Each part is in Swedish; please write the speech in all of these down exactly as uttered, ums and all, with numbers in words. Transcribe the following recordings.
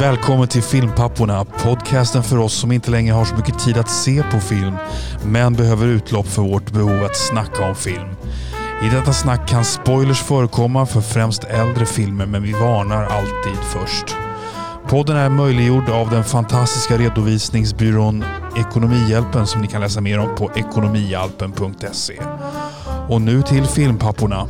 välkommen till Filmpapporna, podcasten för oss som inte längre har så mycket tid att se på film, men behöver utlopp för vårt behov att snacka om film. I detta snack kan spoilers förekomma för främst äldre filmer, men vi varnar alltid först. Podden är möjliggjord av den fantastiska redovisningsbyrån Ekonomihjälpen som ni kan läsa mer om på ekonomihjälpen punkt se. Och nu till Filmpapporna.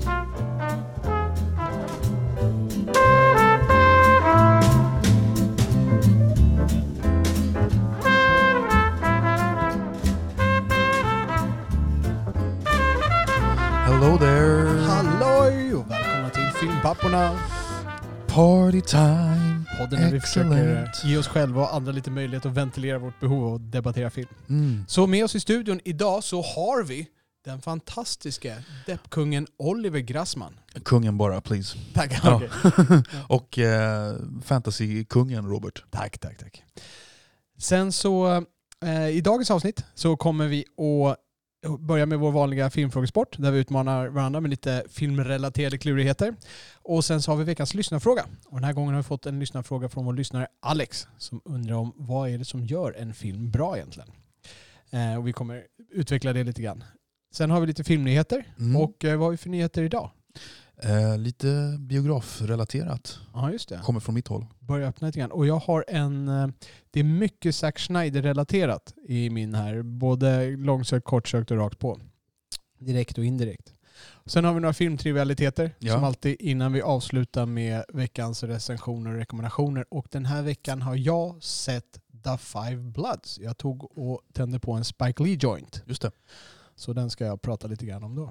Hello there! Halloj och välkomna till Filmpapporna! Party time! Podden där vi försöker ge oss själva och andra lite möjlighet att ventilera vårt behov och debattera film. Mm. Så med oss i studion idag så har vi den fantastiska deppkungen Oliver Grassman. Kungen bara, please. Tack. Ja. Okay. Och eh, fantasy-kungen Robert. Tack, tack, tack. Sen så eh, i dagens avsnitt så kommer vi att börja med vår vanliga filmfrågesport där vi utmanar varandra med lite filmrelaterade klurigheter. Och sen så har vi veckans lyssnarfråga. Och den här gången har vi fått en lyssnarfråga från vår lyssnare Alex som undrar om vad är det som gör en film bra egentligen. Eh, och vi kommer utveckla det lite grann. Sen har vi lite filmnyheter. Mm. Och eh, vad har vi för nyheter idag? Eh, lite biografrelaterat. Ja, just det. Kommer från mitt håll. Börja öppna lite grann. Och jag har en... Det är mycket Zack Snyder-relaterat i min här. Både långsökt, kortsökt och rakt på. Direkt och indirekt. Sen har vi några filmtrivialiteter. Ja. Som alltid innan vi avslutar med veckans recensioner och rekommendationer. Och den här veckan har jag sett The Five Bloods. Jag tog och tände på en Spike Lee joint. Just det. Så den ska jag prata lite grann om då.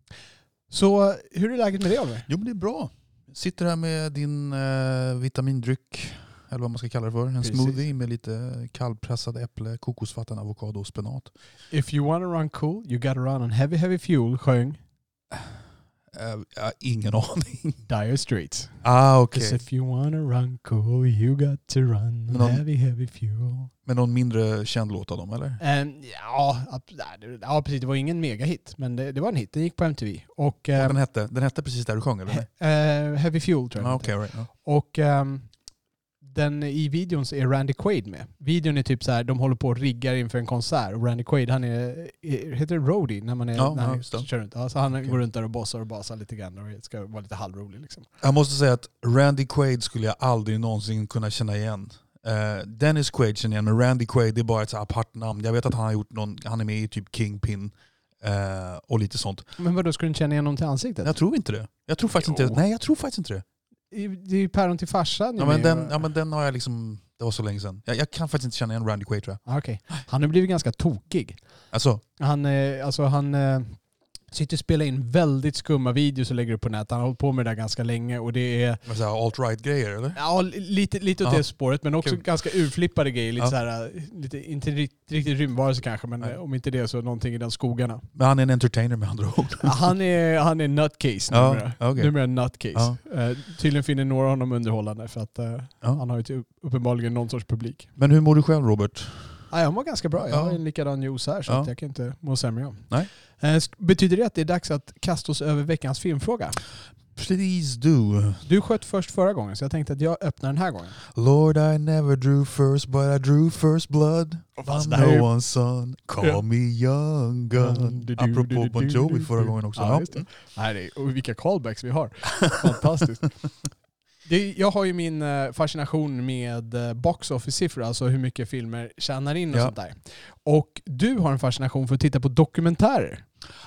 Så hur är läget med det, Oliver? Jo, men det är bra. Sitter här med din eh, vitamindryck, eller vad man ska kalla det för. En Precis. smoothie med lite kallpressad äpple, kokosvatten, avokado och spenat. If you wanna run cool, you gotta run on heavy heavy fuel, sjöng Uh, uh, ingen aning. Dire Straits. Ah, okej. Okay. If you wanna run cool, you got to run on någon, heavy heavy fuel. Men någon mindre känd låt av dem, eller? Um, ja, ja, precis. Det var ingen megahit, men det, det var en hit. Den gick på M T V. Och, Och um, den, hette, den hette precis där du sjöng, eller? Uh, heavy Fuel, tror jag. Ah, okay, right, no. Och um, den i videon så är Randy Quaid med. Videon är typ så här, de håller på och riggar inför en konsert. Och Randy Quaid, han är, heter det roadie när man är, ja, när han ja, kör runt. Alltså han okay. går runt där och bossar och basar lite grann. Och det ska vara lite halvrolig liksom. Jag måste säga att Randy Quaid skulle jag aldrig någonsin kunna känna igen. Uh, Dennis Quaid känner jag, men Randy Quaid det är bara ett så apart namn. Jag vet att han har gjort någon, han är med i typ Kingpin uh, och lite sånt. Men vad då skulle du inte känna igen honom till ansiktet? Jag tror inte det. Jag tror faktiskt Jo. inte. Nej, jag tror faktiskt inte det. Det är ju päron till farsan. Ja men, den, ja men den har jag liksom, det var så länge sedan. Jag, jag kan faktiskt inte känna igen Randy Quaid, tror jag. Ah, okay. Han har blivit ganska tokig. Alltså? Han, eh, alltså han eh, sitter och spelar in väldigt skumma videos och lägger upp på nätet. Han har hållit på med det där ganska länge. Och det är... Men så här alt-right-grejer, eller? Ja, lite, lite åt Aha. det spåret. Men också Cool. ganska urflippade grejer. Lite Ja. så här, lite, inte riktigt, riktigt rymdvarelse kanske. Men Nej. om inte det så någonting i den skogarna. Men han är en entertainer med andra ord. Ja, han är, han är nutcase Ja, numera. okay. Numera nutcase. Ja. Uh, tydligen finner några honom underhållande. För att uh, Ja. han har ju typ uppenbarligen någon sorts publik. Men hur mår du själv, Robert? Ja, jag mår ganska bra. Jag Ja. har en likadan news här så Ja. att jag kan inte må sämre om. Nej. Eh, betyder det att det är dags att kasta oss över veckans filmfråga? Please do. Du sköt först förra gången så jag tänkte att jag öppnar den här gången. Lord, I never drew first, but I drew first blood. Fast I'm det här är ju- no one's son, call Ja. me young gun. Du, du, Apropå du, du, Bon du, Jovi du, förra du. gången också. Ja, Ja. just det. Nej, det är, och vilka callbacks vi har. Fantastiskt. Det, jag har ju min eh, fascination med eh, box office-siffror, alltså hur mycket filmer tjänar in och Ja. sånt där. Och du har en fascination för att titta på dokumentärer.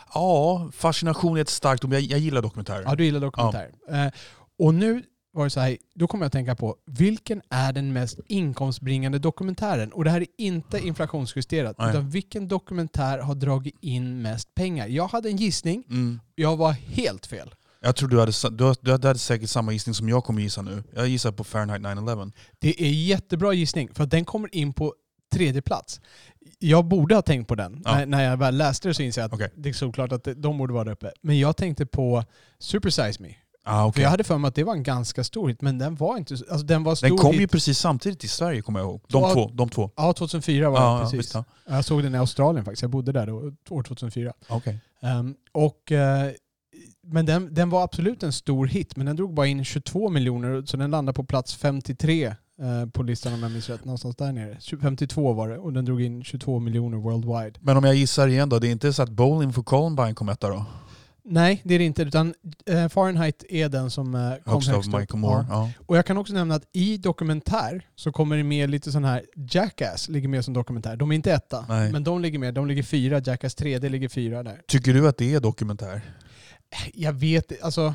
Ja, fascination är ett starkt ord. Jag, jag gillar dokumentärer. Ja, du gillar dokumentärer. Eh, och nu var det så här, då kommer jag att tänka på vilken är den mest inkomstbringande dokumentären? Och det här är inte inflationsjusterat, Nej. utan vilken dokumentär har dragit in mest pengar? Jag hade en gissning, Mm. jag var helt fel. Jag tror du hade, sa- du, du hade säkert samma gissning som jag kommer gissa nu. Jag gissar på Fahrenheit nine eleven. Det är jättebra gissning, för att den kommer in på tredje plats. Jag borde ha tänkt på den. Ja. När, när jag väl läste det så inser jag att Okej. det är såklart att de borde vara där uppe. Men jag tänkte på Super Size Me. Ah, För okay. jag hade för mig att det var en ganska stor hit, men den var inte... Alltså den var stor Den kom hit. ju precis samtidigt i Sverige, kommer jag ihåg. De Ja. två. De två. Ja, tjugohundrafyra var Ja, det ja, precis. visst, ja. Jag såg den i Australien faktiskt. Jag bodde där då, år tjugohundrafyra. Okay. Um, och, uh, men den, den var absolut en stor hit, men den drog bara in tjugotvå miljoner, så den landade på plats femtiotre eh, på listan om jag minns rätt. Någonstans där nere. femtiotvå var det och den drog in tjugotvå miljoner worldwide. Men om jag gissar igen då, det är inte så att Bowling for Columbine kom etta då? Nej, det är det inte. Utan eh, Fahrenheit är den som eh, kom högst högst av upp. Michael Moore. Ja. Ja. Och jag kan också nämna att i dokumentär så kommer det med lite sån här Jackass ligger med som dokumentär. De är inte etta, Nej. men de ligger med. De ligger fyra. Jackass tre, det ligger fyra där. Tycker du att det är dokumentär? Jag vet alltså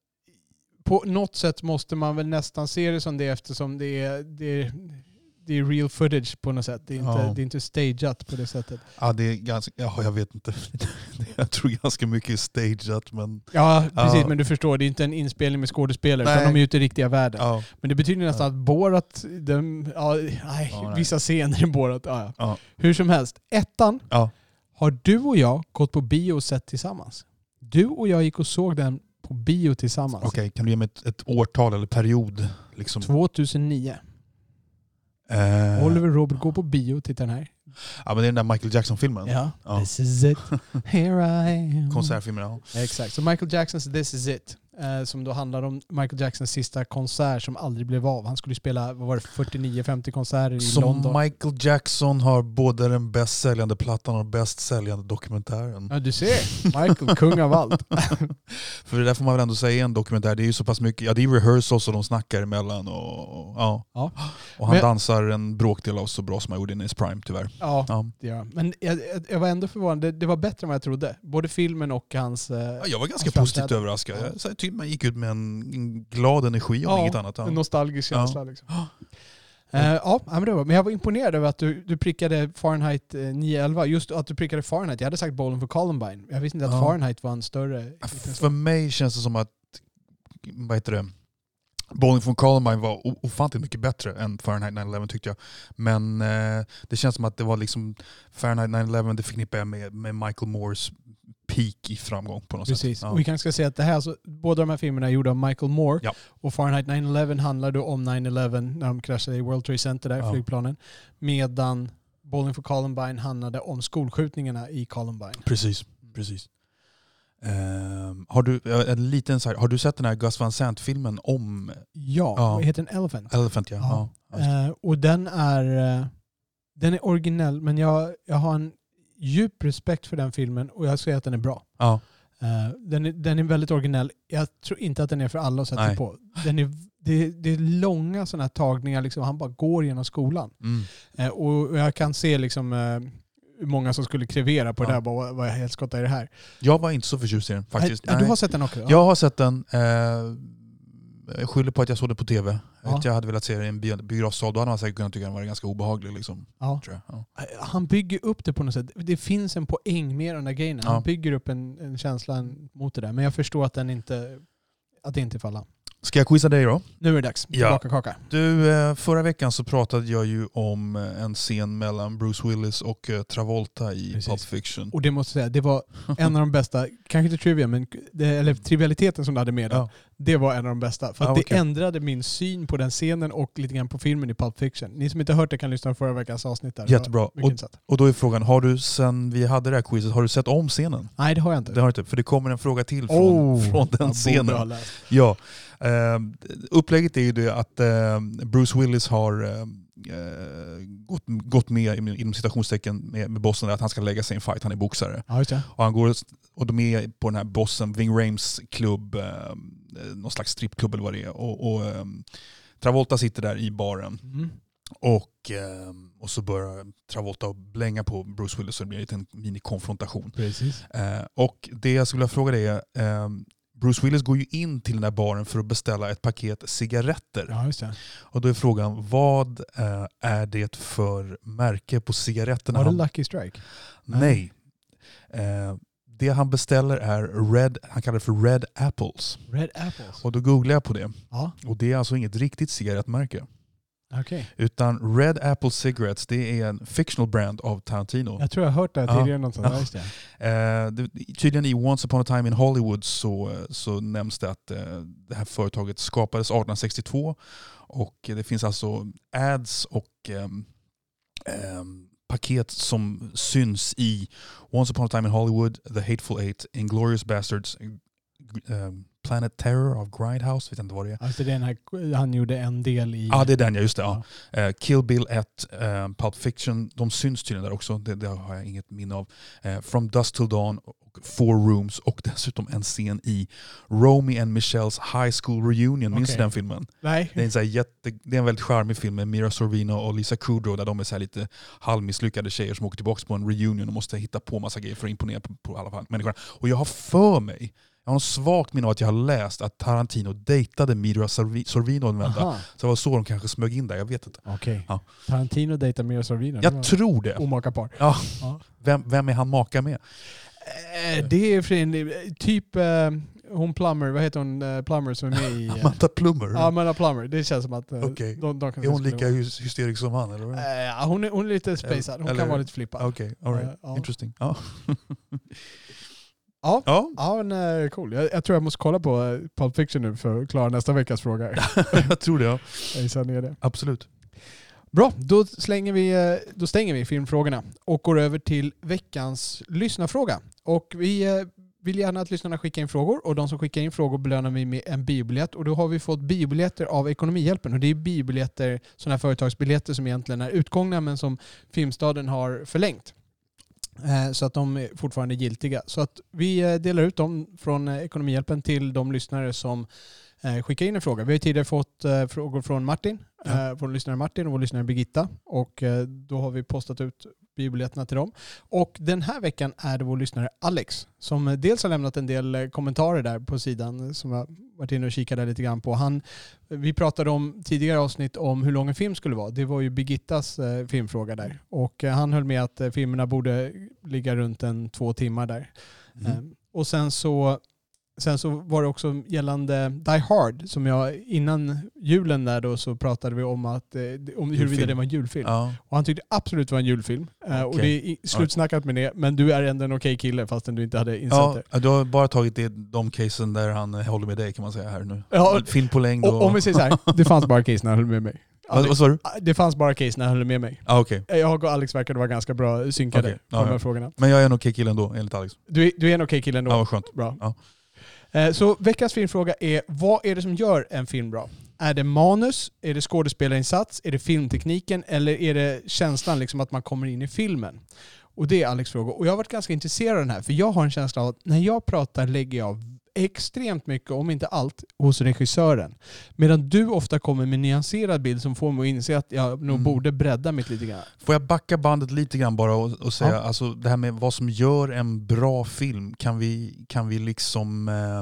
på något sätt måste man väl nästan se det som det eftersom det är, det är, det är real footage på något sätt. Det är inte, Ja. det är inte stageat på det sättet. Ja, det är ganska, ja, jag vet inte. Jag tror ganska mycket är stageat, men... Ja, precis. Ja. Men du förstår, det är inte en inspelning med skådespelare Nej. utan de är ute i riktiga världen. Ja. Men det betyder nästan att Borat, de, ja, nej, Ja, nej. vissa scener i Borat, ja, ja. Ja. Hur som helst, ettan Ja. har du och jag gått på bio och sett tillsammans. Du och jag gick och såg den på bio tillsammans. Okej, kan du ge mig ett, ett årtal eller period? Liksom? tjugohundranio. Eh, Oliver och Robert går på bio och tittar den här. Ja, men det är den där Michael Jackson-filmen. Ja. Ja. This is it. Here I am. Konsertfilmen, ja. Exakt. Så Michael Jacksons This is it. Eh, som då handlar om Michael Jacksons sista konsert som aldrig blev av. Han skulle spela, vad var det, fyrtionio femtio konserter i Som London. Michael Jackson har både den bäst säljande plattan och den bäst säljande dokumentären. Ja, du ser. Michael, kung av allt. För det där får man väl ändå säga en dokumentär. Det är ju så pass mycket, ja det är rehearsals och de snackar emellan och, och ja. Ja. Och han Men- dansar en bråkdel av så bra som han gjorde i His Prime tyvärr. Ja, Ja. det gör han. Men jag, jag- jag var ändå förvånad. Det, det var bättre än vad jag trodde. Både filmen och hans... Eh, Ja, jag var ganska hans positivt framträdande. överraskad. Ja. Jag, så här, typ, man gick ut med en, en glad energi om Ja, inget annat. Ja. en nostalgisk känsla. Ja. Liksom. Eh, ja, men, det var, men jag var imponerad över att du, du prickade Fahrenheit eh, nio elva. Just att du prickade Fahrenheit. Jag hade sagt Bowling for Columbine. Jag visste inte att Ja. Fahrenheit var en större... För mig känns det som att, vad heter det, Bowling for Columbine var o- ofantligt mycket bättre än Fahrenheit nio elva tyckte jag. Men eh, det känns som att det var liksom Fahrenheit nio elva, det förknippar jag med, med Michael Moores peak i framgång på något Precis. sätt. Och vi kanske ska säga att det här, alltså, båda de här filmerna är gjorda av Michael Moore. Ja. Och Fahrenheit nio elva handlar då om nio elva när de kraschade i World Trade Center där, Ja. flygplanen. Medan Bowling for Columbine handlade om skolskjutningarna i Columbine. Precis, precis. Ehm, har, du, eh, en liten, så här, har du sett den här Gus Van Sant-filmen om Ja, Ja. vad heter den? Elephant. Elephant? Ja. Ja. Ja. just det. Eh, och den är, eh, den är originell, men jag, jag har en djup respekt för den filmen och jag säger att den är bra. Ja. Eh, den, är, den är väldigt originell. Jag tror inte att den är för alla att sätta Nej. på. Den är, det, det är långa sådana här tagningar, liksom, han bara går genom skolan. Mm. Eh, och jag kan se liksom, eh, hur många som skulle krevera på Ja. det där. Bara, vad, vad helskotta är det här? Jag var inte så förtjust i den faktiskt. Ja, du Nej. har sett den också? Ja. Jag har sett den. Eh, jag skyller på att jag såg den på tv. Ja. Att jag hade velat se den i en bi- biografsal. Då hade man säkert kunnat tycka den var ganska obehaglig. Liksom, Ja. tror jag. Ja. Han bygger upp det på något sätt. Det finns en poäng med den där grejen. Han Ja. bygger upp en, en känsla mot det där. Men jag förstår att den inte, att det inte är för alla. Ska jag quizza dig då? Nu är det dags. Ja. Baka kaka. Du, eh, förra veckan så pratade jag ju om eh, en scen mellan Bruce Willis och eh, Travolta i Precis. Pulp Fiction. Och det måste jag säga, det var en av de bästa, kanske inte trivia, men det, eller trivialiteten som du hade med den. Ja. Det var en av de bästa. För att Ja, det okej. ändrade min syn på den scenen och lite grann på filmen i Pulp Fiction. Ni som inte har hört det kan lyssna på förra veckans avsnitt där. Jättebra. Det var mycket Och, intressant. och då är frågan, har du sen vi hade det här quizet, har du sett om scenen? Nej, det har jag inte. Det har du inte, för det kommer en fråga till från, Oh, från jag den borde ha scenen. läst. Ja. Eh, upplägget är ju det att eh, Bruce Willis har eh, gått, gått med inom citationstecken med, med bossen att han ska lägga sig i en fight, han är boxare. Ja, just det. Och han går och de är på den här bossen, Ving Rhames klubb, eh, någon slags strippklubb eller vad det är. Och, och eh, Travolta sitter där i baren. Mm. Och, eh, och så börjar Travolta blänga på Bruce Willis och det blir en liten minikonfrontation. Precis. Eh, och det jag skulle vilja fråga dig är, eh, Bruce Willis går ju in till den där baren för att beställa ett paket cigaretter. Ja, just det. Och då är frågan, vad eh, är det för märke på cigaretterna? Var det han... Lucky Strike? Nej. Eh, det han beställer är Red, han kallar det för Red Apples. Red Apples? Och då googlar jag på det. Ja, Och det är alltså inget riktigt cigarettmärke. okej. Utan Red Apple Cigarettes, det är en fictional brand av Tarantino. Jag tror jag har hört det här Ja. tidigare någonstans. Ja. Ja. Just det. Eh, det, tydligen i Once upon a time in Hollywood så, så nämns det att eh, det här företaget skapades arton sextiotvå och det finns alltså ads och ehm, ehm, paket som syns i Once upon a time in Hollywood, The Hateful Eight, Inglourious Bastards, uh, Planet Terror av Grindhouse, vet inte vad det är. Alltså det är den här, han gjorde en del i... Ja, ah, det är den, ja, just det. Ja. Ja. Uh, Kill Bill ett, uh, Pulp Fiction, de syns tydligen där också. Det, det har jag inget minne av. Uh, From Dusk Till Dawn, och Four Rooms och dessutom en scen i Romy and Michelles High School Reunion. Minns du Okay. den filmen? Nej. Det är, en så här jätte, det är en väldigt charmig film med Mira Sorvino och Lisa Kudrow där de är så här lite halvmisslyckade tjejer som åker tillbaka på en reunion och måste hitta på massa grejer för att imponera på, på alla människor. Och jag har för mig, jag har något svagt minne av att jag har läst att Tarantino dejtade Mira Sorvino en vända. Så det var så de kanske smög in där, jag vet inte. Okej. Okay. Ja. Tarantino dejtar Mira Sorvino. Jag det tror det. Omaka par. Ja. Ja. Vem, vem är han maka med? Eh, det är för en, typ eh, hon Plummer, vad heter hon eh, Plummer som är med i... Eh, Amanda Plummer? Ja, Amanda Plummer. Det känns som att... Eh, okay. de, de kan är hon lika hysterisk som han? Eller? Eh, hon, är, hon är lite spacad. Hon eller, kan vara lite flippad. Okej, okay. All right. Uh, ja. Interesting. Ja. Ja, ja. ja men, cool. Jag, jag tror jag måste kolla på Pulp Fiction nu för att klara nästa veckas fråga. Jag tror det, ja. Jag ner det. Absolut. Bra, då, slänger vi, då stänger vi filmfrågorna och går över till veckans lyssnarfråga. Och vi vill gärna att lyssnarna skickar in frågor, och de som skickar in frågor belönar vi med en biobiljett. Och då har vi fått biobiljetter av Ekonomihjälpen, och det är biobiljetter, sådana här företagsbiljetter som egentligen är utgångna men som Filmstaden har förlängt. Så att de är fortfarande giltiga. Så att vi delar ut dem från Ekonomihjälpen till de lyssnare som skickar in en fråga. Vi har tidigare fått frågor från Martin, ja. från lyssnare Martin och vår lyssnare Birgitta. Och då har vi postat ut biobiljetterna till dem. Och den här veckan är det vår lyssnare Alex som dels har lämnat en del kommentarer där på sidan som jag varit inne och kikade lite grann på. Han, vi pratade om tidigare avsnitt om hur lång en film skulle vara. Det var ju Birgittas eh, filmfråga där. Och eh, han höll med att eh, filmerna borde ligga runt en två timmar där. Mm. Eh, och sen så Sen så var det också gällande Die Hard som jag innan julen där då så pratade vi om att om huruvida det var en julfilm. Ja. Och han tyckte absolut det var en julfilm. Okay. Och det är slutsnackat med det, men du är ändå en okej kille fastän du inte hade insett ja, det. Ja, du har bara tagit det, de casen där han håller med dig kan man säga här nu. Ja, film på längd och... Om vi säger så här, det fanns bara case när han höll med mig. Alex, vad sa du? Det fanns bara case när han höll med mig. Ah, okay. Jag och Alex verkade vara ganska bra synkade okay. på ja, de här ja. frågorna. Men jag är en okej kille ändå, enligt Alex. Du är, du är en okej kille ändå? Ja, vad skönt. Bra. Ja. Så veckans filmfråga är, vad är det som gör en film bra? Är det manus? Är det skådespelarinsats? Är det filmtekniken? Eller är det känslan liksom att man kommer in i filmen? Och det är Alex fråga. Och jag har varit ganska intresserad av den här. För jag har en känsla av att när jag pratar lägger jag extremt mycket, om inte allt, hos regissören. Medan du ofta kommer med en nyanserad bild som får mig att inse att jag nog mm. borde bredda mitt lite grann. Får jag backa bandet lite grann bara och, och säga, ja. alltså det här med vad som gör en bra film, kan vi, kan vi liksom eh,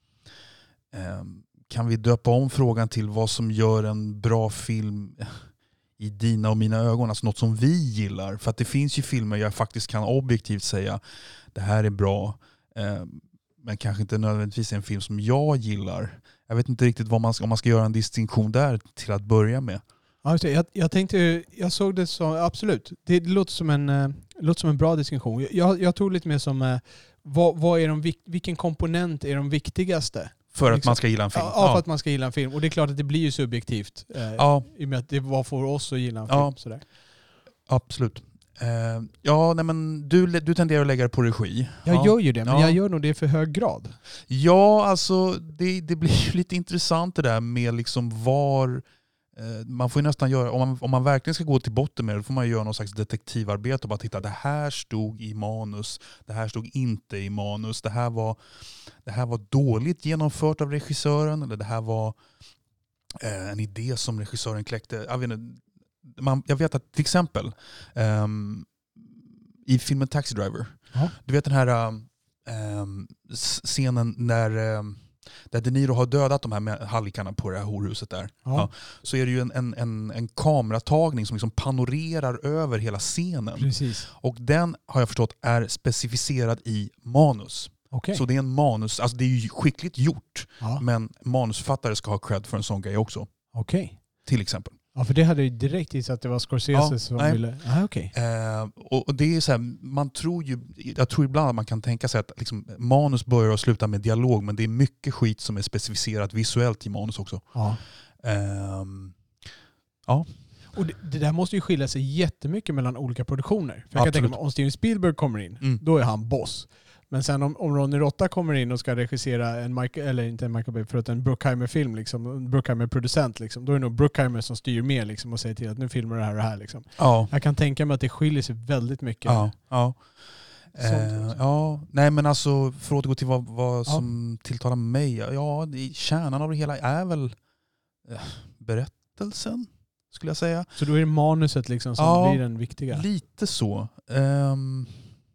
eh, kan vi döpa om frågan till vad som gör en bra film i dina och mina ögon, alltså något som vi gillar. För att det finns ju filmer jag faktiskt kan objektivt säga det här är bra, eh, men kanske inte nödvändigtvis en film som jag gillar. Jag vet inte riktigt vad man ska, om man ska göra en distinktion där till att börja med. Ja, jag, jag tänkte, jag såg det som, absolut, det låter som en, det låter som en bra distinktion. Jag, jag tog lite mer som, vad, vad är de, vilken komponent är de viktigaste? För att liksom, man ska gilla en film? Ja, för att man ska gilla en film. Och det är klart att det blir ju subjektivt. Eh, ja. I och med att det var för oss att gilla en film. Ja. Sådär. Absolut. Uh, ja, nej, men du, du tenderar att lägga det på regi. Jag ja. gör ju det, men ja. jag gör nog det i för hög grad. Ja, alltså det, det blir ju lite intressant det där med liksom var... Uh, man får ju nästan göra... Om man, om man verkligen ska gå till botten med det, då får man göra någon slags detektivarbete och bara titta, det här stod i manus, det här stod inte i manus, det här var, det här var dåligt genomfört av regissören, eller det här var uh, en idé som regissören kläckte. Jag vet inte, Man, jag vet att till exempel um, i filmen Taxi Driver, ja. du vet den här um, scenen när, um, där De Niro har dödat de här hallikarna på det här horhuset där. Ja. Ja, så är det ju en, en, en, en kameratagning som liksom panorerar över hela scenen. Precis. Och den har jag förstått är specificerad i manus. Okay. Så det är en manus, alltså det är ju skickligt gjort, ja. men manusfattare ska ha cred för en sån grej också. Okej. Okay. Till exempel. Ja, för det hade ju direkt gissat att det var Scorsese ja, som nej. ville... Ah, okay. eh, och, och det är så här, man tror ju... Jag tror ibland att man kan tänka sig att liksom, manus börjar och slutar med dialog, men det är mycket skit som är specificerat visuellt i manus också. Ja. Eh, ja. Och det, det där måste ju skilja sig jättemycket mellan olika produktioner. För jag kan tänka mig, om Steven Spielberg kommer in, mm. då är han boss. Men sen om, om Ronny Rotta kommer in och ska regissera en Michael, eller inte en Michael Bay, för att en Bruckheimer-film, liksom, en Bruckheimer-producent, liksom, då är det nog Bruckheimer som styr mer liksom, och säger till att nu filmar det här och det här. Liksom. Ja. Jag kan tänka mig att det skiljer sig väldigt mycket. Ja, ja. Eh, ja, nej men alltså för att återgå till vad, vad ja. som tilltalar mig. Ja, det, kärnan av det hela är väl eh, berättelsen, skulle jag säga. Så då är det manuset liksom som ja, blir den viktiga? Lite så. Um,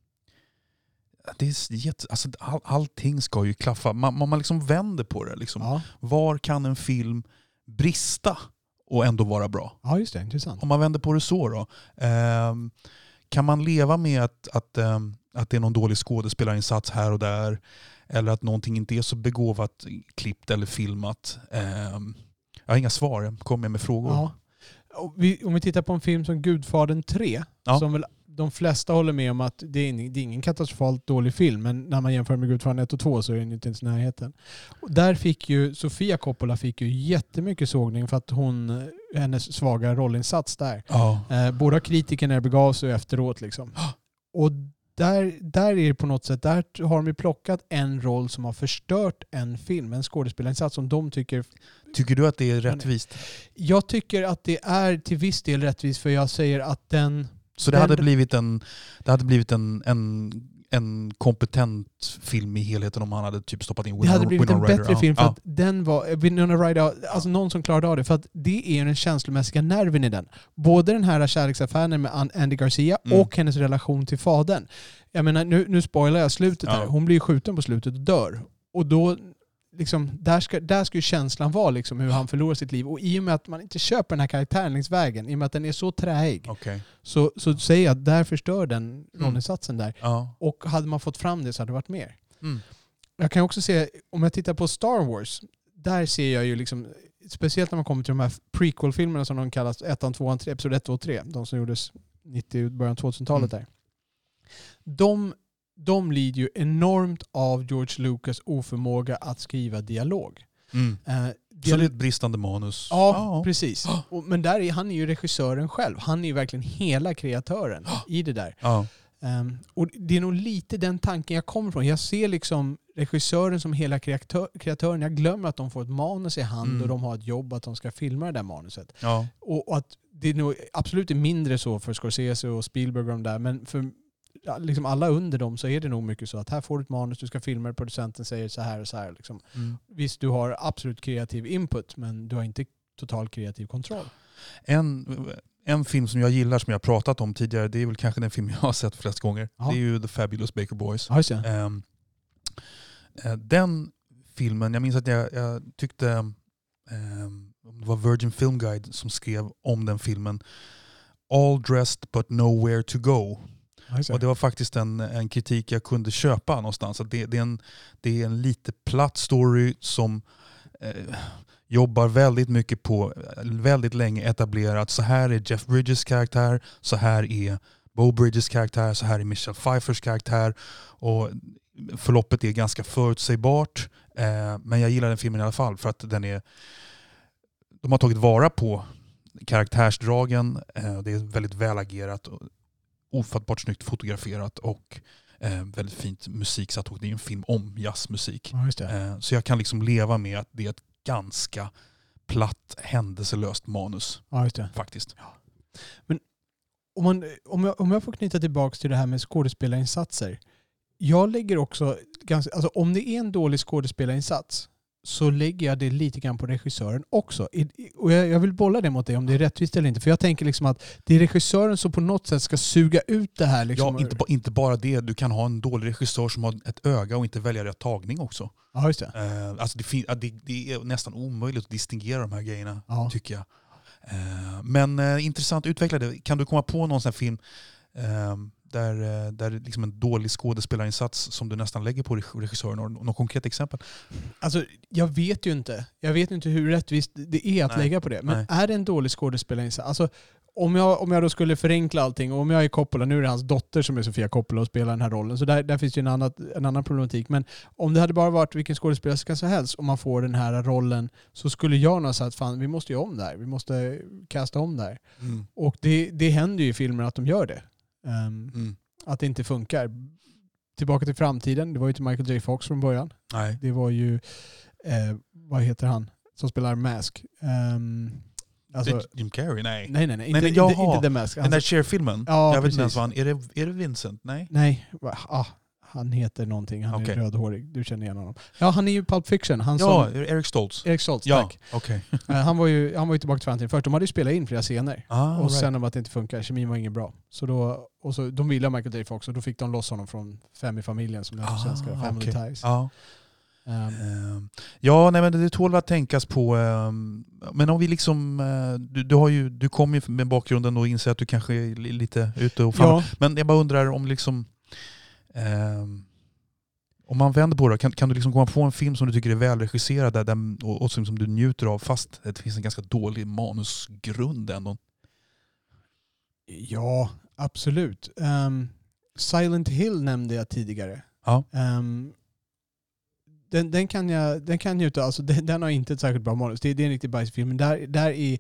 det är jätte, alltså, all, allting ska ju klaffa. Man, man liksom vänder på det. Liksom. Ja. Var kan en film brista och ändå vara bra? Ja, just det. Intressant. Om man vänder på det så då. Um, kan man leva med att, att, um, att det är någon dålig skådespelarinsats här och där, eller att någonting inte är så begåvat klippt eller filmat? Um, jag har inga svar. Jag kommer med frågor. Ja. Vi, om vi tittar på en film som Gudfadern tre, ja. som väl de flesta håller med om att det är, ingen, det är ingen katastrofalt dålig film, men när man jämför med Gudfadern ett och två så är den inte ens i närheten. Och där fick ju Sofia Coppola fick ju jättemycket sågning för att hon, hennes svaga rollinsats där. Ja. Eh, båda kritikerna begav sig efteråt liksom. Och där, där är det på något sätt, där har de ju plockat en roll som har förstört en film, en skådespelarinsats som de tycker... Tycker du att det är rättvist? Jag tycker att det är till viss del rättvist, för jag säger att den... Så det den, hade blivit en det hade blivit en, en, en kompetent film i helheten om han hade typ stoppat in Winona Ryder? Det hade blivit en Ryder. bättre film för ja. att den var Winona Ryder, alltså någon som klarade av det, för att det är den känslomässiga nerven i den. Både den här kärleksaffären med Andy Garcia mm. och hennes relation till fadern. Jag menar, nu, nu spoilar jag slutet ja. här. Hon blir skjuten på slutet och dör. Och då liksom, där ska, där ska ju känslan vara liksom, hur han förlorar sitt liv. Och i och med att man inte köper den här karaktären längs vägen, i och med att den är så träig, okay. så, så säger jag att där förstör den rollinsatsen där. Ja. Och hade man fått fram det så hade det varit mer. Mm. Jag kan också se, om jag tittar på Star Wars, där ser jag ju liksom, speciellt när man kommer till de här prequel-filmerna som de kallas ettan, tvåan, tre, episod ett, två och tre, de som gjordes nittio, början tvåtusentalet mm. där. De, de lider ju enormt av George Lucas oförmåga att skriva dialog. Mm. Uh, dialog... Så det är ett bristande manus. Ja, oh. precis. Och, men där är, han är ju regissören själv. Han är ju verkligen hela kreatören oh. i det där. Oh. Um, och det är nog lite den tanken jag kommer från. Jag ser liksom regissören som hela kreatör, kreatören. Jag glömmer att de får ett manus i hand mm. och de har ett jobb att de ska filma det där manuset. Ja. Och, och att det är nog absolut är mindre så för Scorsese och Spielberg och de där, men för ja, liksom alla under dem så är det nog mycket så att här får du ett manus, du ska filma det, producenten säger så här och så här. Liksom. Mm. Visst, du har absolut kreativ input, men du har inte total kreativ kontroll. En, en film som jag gillar, som jag har pratat om tidigare, det är väl kanske den film jag har sett flest gånger. Aha. Det är ju The Fabulous Baker Boys. Ja, um, den filmen, jag minns att jag, jag tyckte um, det var Virgin Film Guide som skrev om den filmen. All dressed but nowhere to go. Och det var faktiskt en, en kritik jag kunde köpa någonstans. Att det, det, är en, det är en lite platt story som eh, jobbar väldigt mycket på, väldigt länge etablerat. Så här är Jeff Bridges karaktär, så här är Beau Bridges karaktär, så här är Michelle Pfeiffers karaktär. Och förloppet är ganska förutsägbart. Eh, men jag gillar den filmen i alla fall för att den är, de har tagit vara på karaktärsdragen. Eh, det är väldigt välagerat och ofattbart snyggt fotograferat och eh, väldigt fint musik satt. Det är en film om jazzmusik. Ja, just det. Eh, så jag kan liksom leva med att det är ett ganska platt, händelselöst manus. Ja, just det. Faktiskt. Ja. Men om, man, om, jag, om jag får knyta tillbaka till det här med skådespelarinsatser. Jag lägger också, ganska, alltså om det är en dålig skådespelarinsats så lägger jag det lite grann på regissören också. Och jag vill bolla det mot dig om det är rättvist eller inte. För jag tänker liksom att det är regissören som på något sätt ska suga ut det här. Liksom. Ja, inte, inte bara det. Du kan ha en dålig regissör som har ett öga och inte välja rätt tagning också. Ja, just det. Uh, alltså det, det, det är nästan omöjligt att distingera de här grejerna, ja. tycker jag. Uh, men uh, intressant utvecklade. Kan du komma på någon sån här film uh, där, där liksom en dålig skådespelarinsats som du nästan lägger på regissören? Något, något konkret exempel? Alltså, jag vet ju inte. Jag vet inte hur rättvist det är att Nej. lägga på det. Men Nej. är det en dålig skådespelarinsats? Alltså, om jag, om jag då skulle förenkla allting, och om jag är Coppola, nu är det hans dotter som är Sofia Coppola och spelar den här rollen, så där, där finns det ju en, annat, en annan problematik. Men om det hade bara varit vilken skådespelare som helst, om man får den här rollen, så skulle jag nog säga att fan, vi måste ju om där. Vi måste kasta om där. Mm. Och det, det händer ju i filmer att de gör det. Um, mm. Att det inte funkar. Tillbaka till framtiden. Det var ju inte Michael J. Fox från början. Nej. Det var ju, eh, vad heter han som spelar Mask? Um, alltså, Jim Carrey? Nej. Nej, nej, nej. Inte, nej, inte, jaha, inte The Mask. Den där Cher-filmen? Ja, jag vet inte precis. ens vad han... Är det, är det Vincent? Nej? Nej, ah, han heter någonting. Han Okay. är rödhårig. Du känner igen honom. Ja, han är ju Pulp Fiction. Han ja, som, Eric Stoltz. Eric Stoltz, ja, tack. Okay. uh, han, var ju, han var ju tillbaka till framtiden. Först de hade ju spelat in flera scener. Ah, och right. sen om att det inte funkar. Kemin var inget bra. Så då, och så, de ville ha Michael J. Fox och då fick de loss honom från Fem i familjen som är på ah, svenska. Family okay. Ties. Ja. Um, Um, ja, nej, men det tål att tänkas på. Um, men om vi liksom... Uh, du, du, har ju, du kom ju med bakgrunden och inser att du kanske är lite ute och fan. ja. Men jag bara undrar om liksom... Um, om man vänder på det, kan, kan du liksom komma på en film som du tycker är välregisserad där, där, och, och som, som du njuter av fast det finns en ganska dålig manusgrund ändå? Ja, absolut. Um, Silent Hill nämnde jag tidigare. Ja. Um, den, den kan jag den kan njuta, alltså den, den har inte ett särskilt bra manus. Det, det är en riktig bajsfilm. Men där, där är...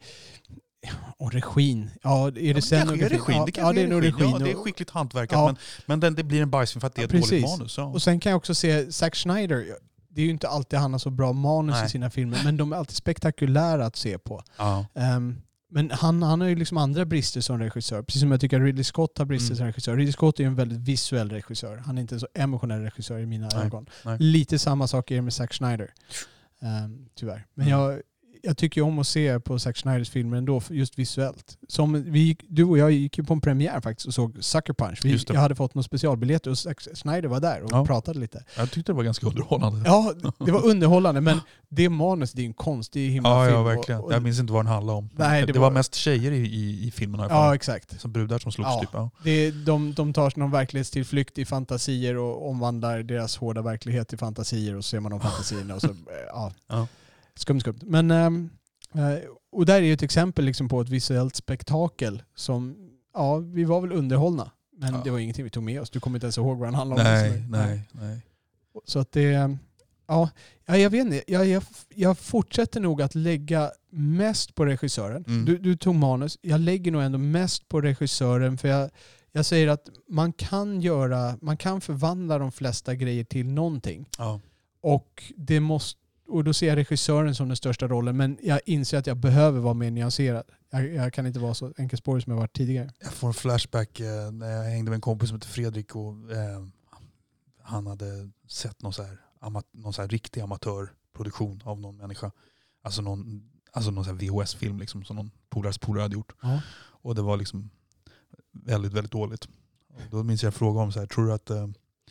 Och regin. Ja, är det ja, sen kanske är regin. Ja, det, kanske ja, det är nog regin. Ja, det är skickligt hantverkat. Ja. Men, men den, det blir en bajsfilm för att det är ja, ett dåligt manus. Ja. Och sen kan jag också se Zack Snyder. Det är ju inte alltid han har så bra manus Nej. i sina filmer. Men de är alltid spektakulära att se på. Ja. Um, men han, han har ju liksom andra brister som regissör. Precis som jag tycker att Ridley Scott har brister mm. som regissör. Ridley Scott är ju en väldigt visuell regissör. Han är inte en så emotionell regissör i mina Nej. ögon. Nej. Lite samma sak är det med Zack Snyder. Um, tyvärr. Men mm. jag, jag tycker ju om att se på Zack Snyders filmer ändå just visuellt. Som vi gick, du och jag gick ju på en premiär faktiskt och såg Sucker Punch. Vi, jag hade fått någon specialbiljett och Zack Snyder var där och ja. pratade lite. Jag tyckte det var ganska underhållande. Ja, det var underhållande. Men det manus, det är en konstig himla ja, film. Ja, verkligen. Och, och, jag minns inte vad den handlade om. Nej, det, det var, var mest tjejer i, i, i filmen. Här ja, exakt. Som brudar som slogs ja, typ. Ja. Det, de, de tar någon verklighetstillflykt i fantasier och omvandlar deras hårda verklighet till fantasier och så ser man de fantasierna. Och så, ja. Ja. Skumt, skumt. Men... Um, och där är ju ett exempel liksom på ett visuellt spektakel som, ja, vi var väl underhållna. Men ja. det var ingenting vi tog med oss. Du kommer inte ens ihåg vad den handlade om. Nej, nej, nej. Så att det, ja, jag vet inte. Jag, jag, jag fortsätter nog att lägga mest på regissören. Mm. Du, du tog manus. Jag lägger nog ändå mest på regissören för jag, jag säger att man kan göra, man kan förvandla de flesta grejer till någonting. Ja. Och det måste Och då ser jag regissören som den största rollen. Men jag inser att jag behöver vara mer nyanserad. Jag, jag kan inte vara så enkelspårig som jag varit tidigare. Jag får en flashback eh, när jag hängde med en kompis som heter Fredrik. Och, eh, han hade sett någon, så här, amat- någon så här riktig amatörproduktion av någon människa. Alltså någon, alltså någon så här V H S-film liksom, som någon polares polare hade gjort. Ja. Och det var liksom väldigt, väldigt dåligt. Och då minns jag fråga om så här, tror du att... Eh,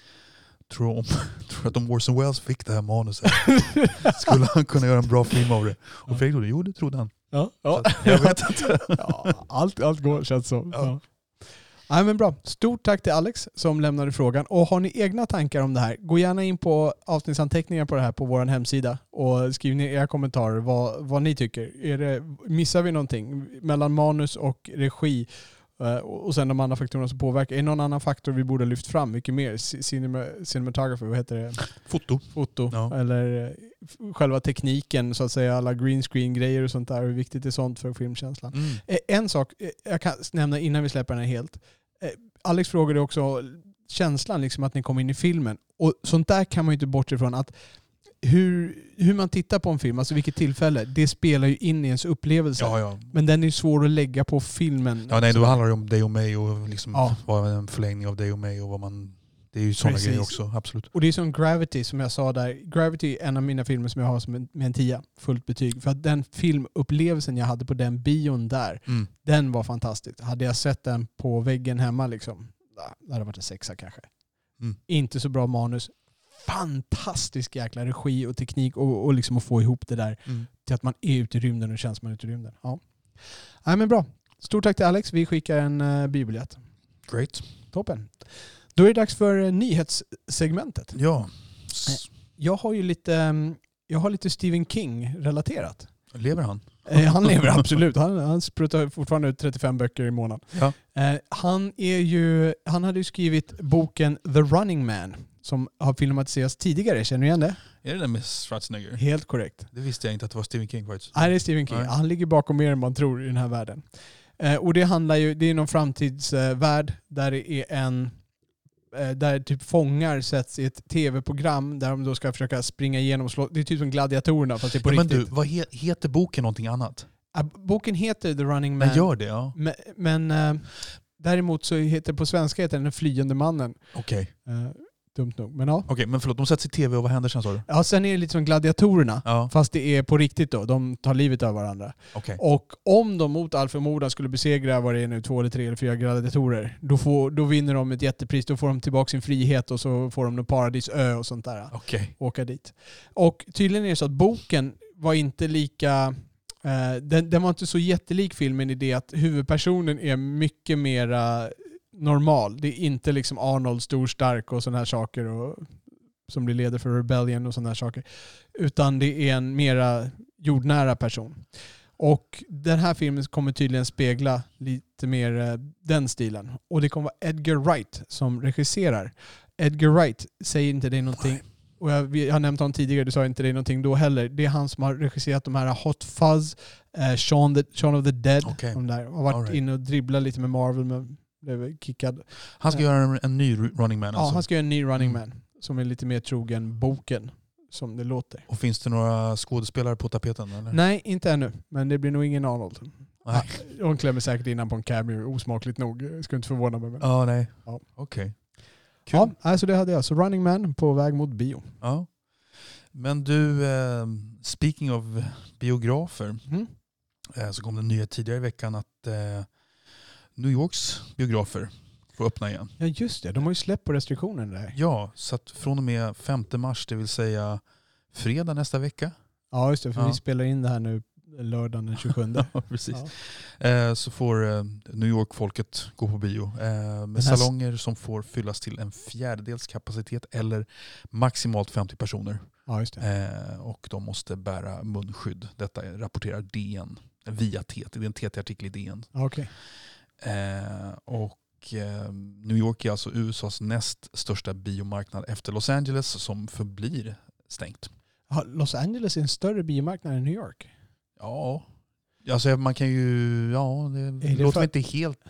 Tror, om, tror att om Orson Welles fick det här manuset skulle han kunna göra en bra film av det. Och Fredrik trodde, jo det trodde han. Ja, ja. Jag vet inte. Ja, allt, allt går känns så. Ja. Ja. Nej, men bra. Stort tack till Alex som lämnade frågan. Och har ni egna tankar om det här, gå gärna in på avsnittsanteckningar på det här på vår hemsida och skriv ner era kommentarer vad, vad ni tycker. Är det, missar vi någonting mellan manus och regi? Och sen de andra faktorerna som påverkar. Är det någon annan faktor vi borde lyft fram mycket mer? Cinema, cinematography, vad heter det? Foto. Foto. Ja. Eller själva tekniken, så att säga. Alla green screen-grejer och sånt där. Hur viktigt är sånt för filmkänslan? Mm. En sak jag kan nämna innan vi släpper den här helt. Alex frågade också känslan, liksom att ni kom in i filmen. Och sånt där kan man ju inte bortse ifrån att Hur, hur man tittar på en film, alltså vilket tillfälle, det spelar ju in i ens upplevelse. Ja, ja. Men den är ju svår att lägga på filmen. Ja, nej, då handlar det om dig och mig och liksom ja. vad en förlängning av dig och mig och vad man... Det är ju sådana grejer också, absolut. Och det är som Gravity som jag sa där. Gravity är en av mina filmer som jag har som en, med en tia, fullt betyg. För att den filmupplevelsen jag hade på den bion där, mm. den var fantastisk. Hade jag sett den på väggen hemma liksom, det hade varit en sexa kanske. Mm. Inte så bra manus. Fantastisk jäkla regi och teknik och, och liksom att få ihop det där mm. till att man är ute i rymden och känns som man är ute i rymden. Ja. Nej, men bra. Stort tack till Alex. Vi skickar en uh, biobiljett. Great. Toppen. Då är det dags för uh, nyhetssegmentet. Ja. Jag har ju lite, jag har lite Stephen King-relaterat. Lever han? Han lever absolut. Han, han sprutar fortfarande ut trettiofem böcker i månaden. Ja. Han, är ju, han hade ju skrivit boken The Running Man som har filmatiserats tidigare. Känner du igen det? Är det den med Schwarzenegger? Helt korrekt. Det visste jag inte att det var Stephen King faktiskt. Nej, det är Stephen King. Nej. Han ligger bakom mer än man tror i den här världen. Och det handlar ju, det är någon framtidsvärld där det är en eh, där typ fångar sätts i ett tv-program där de då ska försöka springa igenom och slå. Det är typ som gladiatorerna fast det är på ja, riktigt. Men du, vad he- heter boken någonting annat? Ah, boken heter The Running Man. Men gör det, ja. Men, men eh, däremot så heter på svenska heter den Den flyende mannen. Okej. Okay. Eh, dumt nog. Men ja. Okej, men förlåt, de sätts i tv och vad händer sen, sa du? Ja, sen är det lite som gladiatorerna. Ja. Fast det är på riktigt då. De tar livet av varandra. Okay. Och om de mot all förmodan skulle besegra vad det är nu, två eller tre eller fyra gladiatorer, då, får, då vinner de ett jättepris. Då får de tillbaka sin frihet och så får de en paradisö och sånt där. Okay. Åka dit. Och tydligen är det så att boken var inte lika... Eh, den, den var inte så jättelik filmen i det att huvudpersonen är mycket mera normal. Det är inte liksom Arnold stor stark och sådana här saker och, som blir ledare för Rebellion och sådana här saker. Utan det är en mera jordnära person. Och den här filmen kommer tydligen spegla lite mer eh, den stilen. Och det kommer vara Edgar Wright som regisserar. Edgar Wright säger inte det någonting. Och jag, jag har nämnt honom tidigare, du sa inte det någonting då heller. Det är han som har regisserat de här Hot Fuzz, eh, Shaun, the, Shaun of the Dead. Okay. De där. Har varit right. inne och dribblat lite med Marvel men blev kickad. Han ska uh, göra en, en ny Running Man ja, alltså? Ja, han ska göra en ny Running Man som är lite mer trogen boken som det låter. Och finns det några skådespelare på tapeten? Eller? Nej, inte ännu. Men det blir nog ingen Arnold. Nej. Hon klämmer säkert innan på en cameo, osmakligt nog. Jag skulle inte förvåna mig. Men... Oh, nej. Ja, okej. Okay. Ja, alltså det hade jag. Så Running Man på väg mot bio. Ja. Men du, eh, speaking of biografer, mm. eh, så kom det nya tidigare i veckan att eh, New Yorks biografer får öppna igen. Ja just det, de har ju släppt på restriktionen där. Ja, så att från och med femte mars, det vill säga fredag nästa vecka. Ja just det, för ja. vi spelar in det här nu lördagen den tjugosjunde. Precis. Ja. Eh, så får eh, New York-folket gå på bio. Eh, med salonger som får fyllas till en fjärdedels kapacitet eller maximalt femtio personer. Ja, just det. Eh, och de måste bära munskydd. Detta rapporterar D N via T T. Det är en T T-artikel i D N. Okay. Eh, och eh, New York är alltså U S As näst största biomarknad efter Los Angeles som förblir stängt. Los Angeles är en större biomarknad än New York? Ja, alltså man kan ju, ja, det, det låter för... inte helt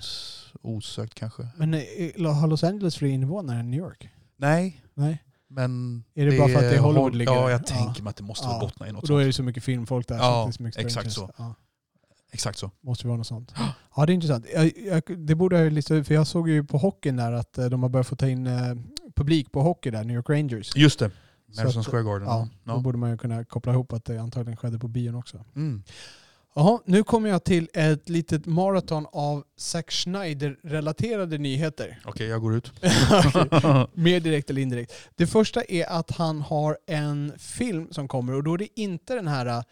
osökt kanske. Men har Los Angeles fler invånare än New York? Nej. Nej. Men är det, det bara för att det är Hollywood ligger? Ja, jag tänker ja. mig att det måste ja. vara bottna i något och då sånt. är det så mycket filmfolk där. Ja, så det är så mycket exakt så. Ja. Exakt så. Måste vara något sånt. Ja, det är intressant. Jag, jag, det borde jag lista ut, för jag såg ju på hockeyn där att de har börjat få ta in eh, publik på hockey där, New York Rangers. Just det. Madison Square Garden. Ja, ja, då borde man ju kunna koppla ihop att det antagligen skedde på bion också. Mm. Jaha, nu kommer jag till ett litet maraton av Zack Snyder-relaterade nyheter. Okej, okay, jag går ut. okay. Mer direkt eller indirekt. Det första är att han har en film som kommer och då är det inte den här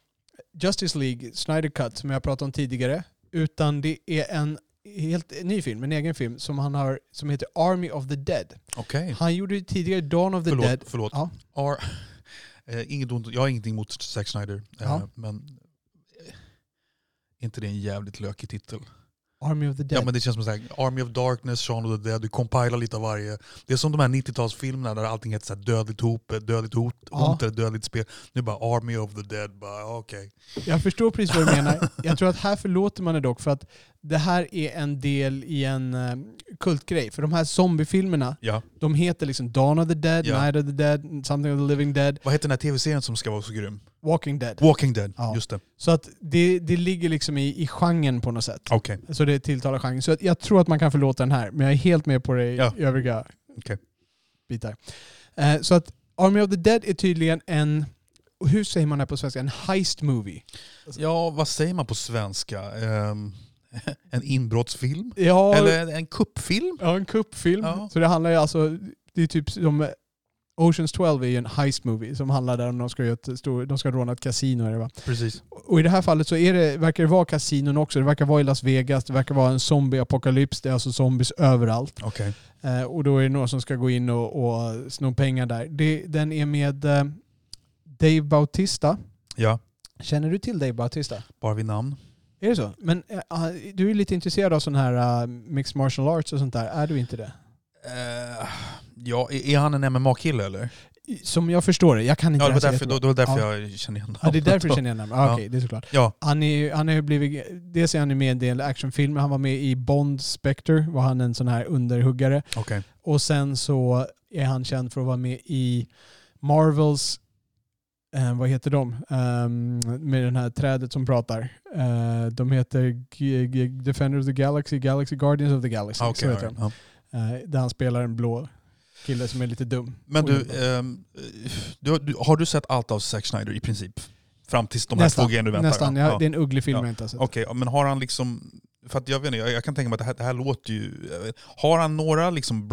Justice League Snyder Cut som jag pratade om tidigare, utan det är en helt ny film, en egen film som han har som heter Army of the Dead. Okay. Han gjorde ju tidigare Dawn of the förlåt, Dead. Förlåt, ja. Ar- eh, inget ont, jag har ingenting mot Zack Snyder, ja. eh, men eh, inte det en jävligt lökig titel? Army of the Dead. Ja, men det känns som så här, Army of Darkness, Shaun of the Dead, du compilar lite av varje. Det är som de här nittiotalsfilmerna där allting heter så här dödligt hot, dödligt hot, ja. hot eller dödligt spel. Nu bara Army of the Dead, bara okej. Okay. Jag förstår precis vad du menar. Jag tror att här förlåter man det dock för att det här är en del i en uh, kultgrej. För de här zombiefilmerna, ja. de heter liksom Dawn of the Dead, ja. Night of the Dead, Something of the Living Dead. Vad heter den här tv-serien som ska vara så grym? Walking Dead. Walking Dead, ja. just det. Så att det, det ligger liksom i, i genren på något sätt. Okay. Så det tilltalar genren. Så att jag tror att man kan förlåta den här. Men jag är helt med på det i ja. övriga okay. bitar. Uh, så att Army of the Dead är tydligen en, hur säger man det på svenska? En heist movie. Ja, vad säger man på svenska? Um, en inbrottsfilm? Ja, eller en, en kuppfilm? Ja, en kuppfilm. Ja. Så det handlar ju alltså, det är typ som Oceans tolv är ju en heist movie som handlar där om de ska, stor, de ska råna ett kasino. Är det, va? Precis. Och i det här fallet så är det, verkar det vara kasinon också. Det verkar vara i Las Vegas. Det verkar vara en zombie-apokalyps. Det är alltså zombies överallt. Okay. Eh, och då är det några som ska gå in och, och sno pengar där. Det, den är med eh, Dave Bautista. Ja. Känner du till Dave Bautista? Bara vid namn. Är det så? Men äh, du är lite intresserad av sån här uh, mixed martial arts och sånt där. Är du inte det? Uh, ja, är han en M M A-kille eller? Som jag förstår det, jag kan inte ja, det var det här därför, så då, då var det därför ja. jag känner igen Ja, det är därför du känner igen honom. Ah, ja. Okej, okay, det är såklart. Ja. Han är han är blivit, dels är han med i en del actionfilmer, han var med i Bond Spectre, var han en sån här underhuggare. Okay. Och sen så är han känd för att vara med i Marvels, eh, vad heter de? Um, med den här trädet som pratar. Uh, de heter G- G- Defenders of the Galaxy, Galaxy Guardians of the Galaxy. Okay, så heter right. de. Uh, där han spelar en blå kille som är lite dum. Men du, um, du, du, har du sett allt av Zack Snyder i princip? Fram tills de här nästan, två grejerna du väntar? Nästan, ja. Det är en uglig film ja. jag inte har sett. Okej, okay, men har han liksom... För att jag vet inte, jag, jag kan tänka mig att det här, det här låter ju... Har han några liksom...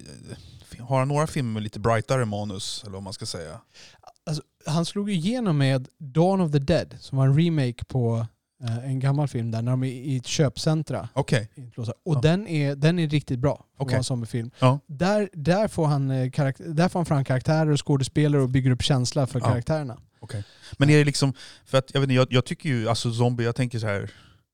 Har han några filmer med lite brightare manus, eller vad man ska säga? Alltså, han slog igenom med Dawn of the Dead, som var en remake på uh, en gammal film där, när de är i ett köpcentra. Okej. Okay. Och ja. den, är, den är riktigt bra för okay. att vara en zombiefilm. Ja. Där, där, får han, där får han fram karaktärer och skådespelare och bygger upp känsla för ja. karaktärerna. Okay. Men är det liksom... För att jag vet inte, jag, jag tycker ju... Alltså zombie, jag tänker så här...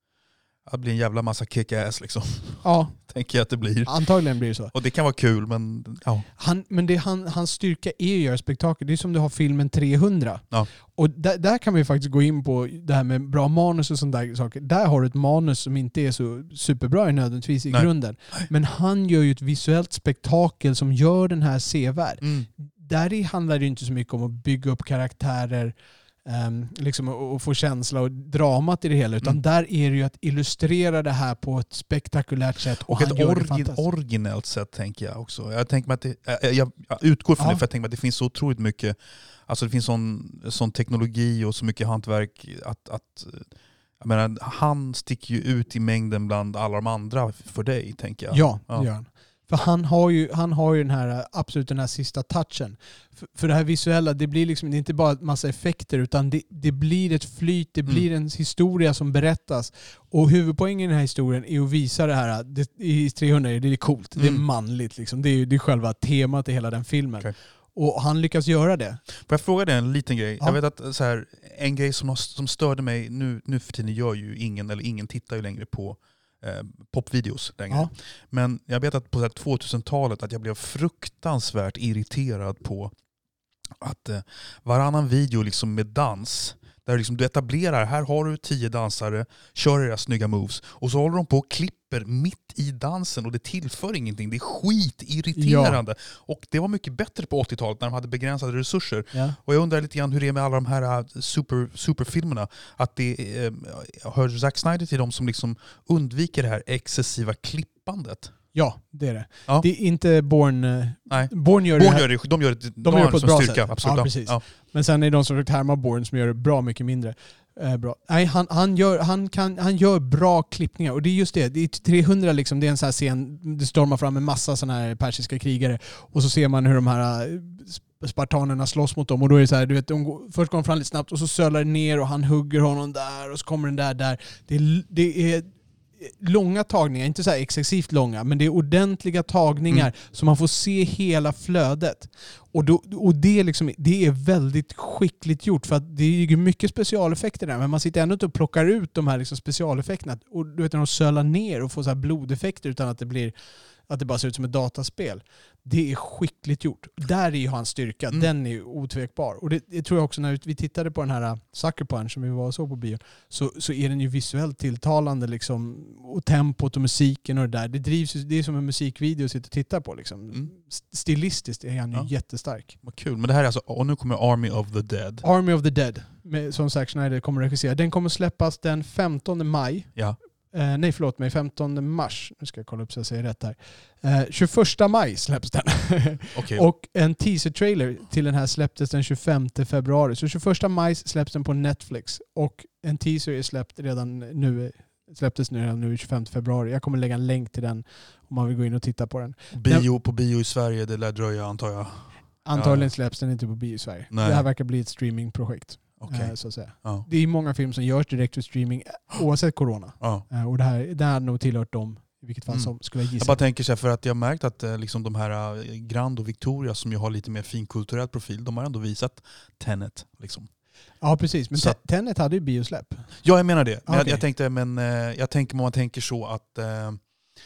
Det blir en jävla massa kick-ass liksom. Ja. Tänker jag att det blir. Antagligen blir det så. Och det kan vara kul, men... Ja. Han, men det, han, hans styrka är att göra spektakel. Det är som du har filmen trehundra. Ja. Och där, där kan vi faktiskt gå in på det här med bra manus och sådana där saker. Där har du ett manus som inte är så superbra nödvändigtvis i Nej. grunden. Men han gör ju ett visuellt spektakel som gör den här sevärd. Mm. Där handlar det inte så mycket om att bygga upp karaktärer Um, liksom och få känsla och dramat i det hela, utan mm. där är det ju att illustrera det här på ett spektakulärt sätt. Och, och ett orgi- originellt sätt tänker jag också. Jag, tänker mig att det, jag, jag utgår från ja. det för jag tänker mig att det finns så otroligt mycket, alltså det finns sån, sån teknologi och så mycket hantverk att, att jag menar, han sticker ju ut i mängden bland alla de andra för dig, tänker jag. Ja, ja. det gör han. För han har ju, han har ju den här, absolut den här sista touchen. För, för det här visuella, det blir liksom, det är inte bara en massa effekter, utan det, det blir ett flyt, det blir mm. en historia som berättas. Och huvudpoängen i den här historien är att visa det här, det, i trehundra det är coolt, mm. det är manligt liksom. Det är, det är själva temat i hela den filmen. Okay. Och han lyckas göra det. Får jag fråga dig en liten grej? Ja. Jag vet att så här, en grej som, har, som störde mig, nu, nu för tiden gör ju ingen, eller ingen tittar ju längre på Eh, popvideos längre. Ja. Men jag vet att på tvåtusentalet att jag blev fruktansvärt irriterad på att eh, varannan video liksom med dans, där liksom du etablerar, här har du tio dansare, kör era snygga moves, och så håller de på och klipper mitt i dansen och det tillför ingenting. Det är skitirriterande. Ja. Och det var mycket bättre på åttiotalet när de hade begränsade resurser. Ja. Och jag undrar lite grann hur det är med alla de här super, superfilmerna. Att det eh, hör Zack Snyder till dem som liksom undviker det här excessiva klippandet. Ja, det är det. Ja. Det är inte Born... Nej. Born gör Born det, gör det, de gör det, de gör det på ett bra styrka, sätt. Absolut. Ja, precis. Ja. Men sen är det de som försökt härma Born som gör det bra mycket mindre. Eh, bra. Nej, han, han, gör, han, kan, han gör bra klippningar. Och det är just det. Det är trehundra liksom. Det är en sån här scen. Det stormar fram en massa såna här persiska krigare. Och så ser man hur de här spartanerna slåss mot dem. Och då är det så här, du vet, de går, först går de fram lite snabbt och så sölar det ner och han hugger honom där och så kommer den där där. Det är, det är långa tagningar, inte så här excessivt långa, men det är ordentliga tagningar mm. så man får se hela flödet. Och, då, och det, är liksom, det är väldigt skickligt gjort, för att det är mycket specialeffekter där, men man sitter ändå inte och plockar ut de här liksom specialeffekterna. Och du vet när de sölar ner och får så här blodeffekter utan att det blir att det bara ser ut som ett dataspel. Det är skickligt gjort. Där är ju hans styrka. Mm. Den är ju otvekbar. Och det, det tror jag också när vi tittade på den här Sucker Punch som vi var och så på bio, så, så är den ju visuellt tilltalande liksom, och tempot och musiken och det där. Det drivs, det är som en musikvideo att sitta och titta på liksom. Mm. Stilistiskt är han ju ja. jättestark. Vad kul. Men det här är alltså, och nu kommer Army of the Dead. Army of the Dead, med, som Zack Snyder kommer regissera. Den kommer släppas den femtonde maj. Ja. Eh, nej, förlåt mig. femtonde mars. Nu ska jag kolla upp så jag säger rätt här. Eh, tjugoförsta maj släpps den. Okay. Och en teaser-trailer till den här släpptes den tjugofemte februari. Så tjugoförsta maj släpps den på Netflix. Och en teaser är släppt redan nu. Släpptes nu redan nu tjugofemte februari. Jag kommer lägga en länk till den om man vill gå in och titta på den. Bio den, på bio i Sverige, det lär dröja antar jag. Antagligen ja. släpps den inte på bio i Sverige. Nej. Det här verkar bli ett streamingprojekt. Okay. Så att säga. Ja. Det är många filmer som görs direkt för streaming oavsett corona. Ja. Och det här, det här har nog tillhört dem i vilket fall mm. som skulle jag gissa. Jag bara tänker så här, för att jag har märkt att liksom de här Grand och Victoria som ju har lite mer finkulturell profil, de har ändå visat Tenet liksom. Ja precis, men att, Tenet hade ju biosläpp. Ja, jag menar det. Men okay. jag, jag tänkte men jag tänker om man tänker så att eh,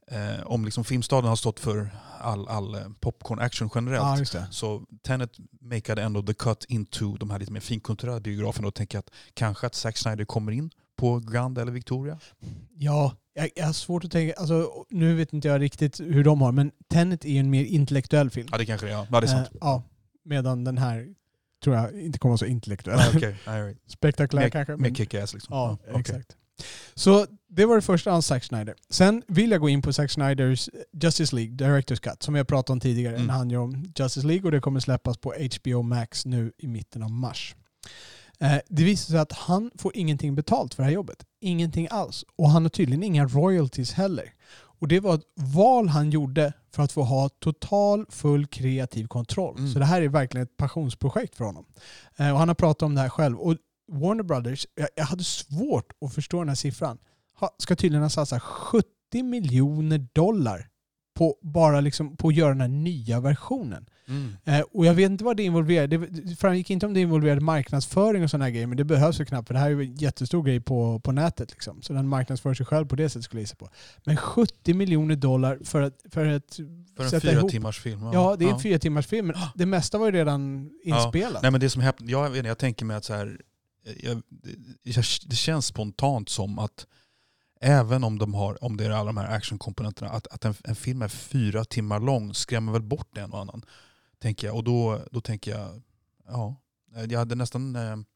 eh, om liksom Filmstaden har stått för all, all popcorn action generellt. Ja, just det. Så Tenet makeade ändå the cut into de här lite mer finkulturella biograferna och tänker att kanske att Zack Snyder kommer in på Grand eller Victoria. Ja, jag, jag har svårt att tänka, alltså, nu vet inte jag riktigt hur de har, men Tenet är en mer intellektuell film. Ja, det kanske det är. Ja, det är sant. Eh, ja, medan den här tror jag inte kommer vara så intellektuell. Ah, okay. right. Spektakulär mer, kanske. Mer kick-ass liksom. Ja, ja okay. exakt. Så det var det första av Zack Snyder. Sen vill jag gå in på Zack Snyders Justice League Director's Cut som jag pratade om tidigare. Mm. När han gör om Justice League och det kommer släppas på H B O Max nu i mitten av mars. Eh, det visar sig att han får ingenting betalt för det här jobbet. Ingenting alls. Och han har tydligen inga royalties heller. Och det var ett val han gjorde för att få ha total, full kreativ kontroll. Mm. Så det här är verkligen ett passionsprojekt för honom. Eh, och han har pratat om det här själv. Och Warner Brothers, jag, jag hade svårt att förstå den här siffran, ha, ska tydligen ha satsat sjuttio miljoner dollar på bara liksom på att göra den här nya versionen. Mm. Eh, och jag vet inte vad det involverade. Det framgick inte om det involverade marknadsföring och sådana här grejer, men det behövs ju knappt, för det här är ju en jättestor grej på, på nätet. Liksom. Så den marknadsför sig själv på det sättet skulle jag gissa på. Men sjuttio miljoner dollar för att, för att för en sätta fyra ihop. timmars film. Ja, ja det är en ja. fyra timmars film, men det mesta var ju redan inspelat. Ja. Nej, men det som hänt, jag, vet inte, jag tänker mig att så här, jag, det, det känns spontant som att även om de har, om det är alla de här actionkomponenterna, att, att en, en film är fyra timmar lång skrämmer väl bort en och annan, tänker jag. Och då, då tänker jag, ja, jag hade nästan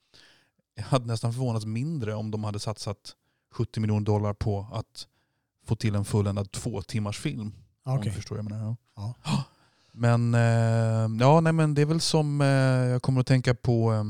jag hade nästan förvånats mindre om de hade satsat sjuttio miljoner dollar på att få till en fulländad två timmars film. Okay. Om du förstår jag menar. Ja. Ja. Men ja, nej, men det är väl som jag kommer att tänka på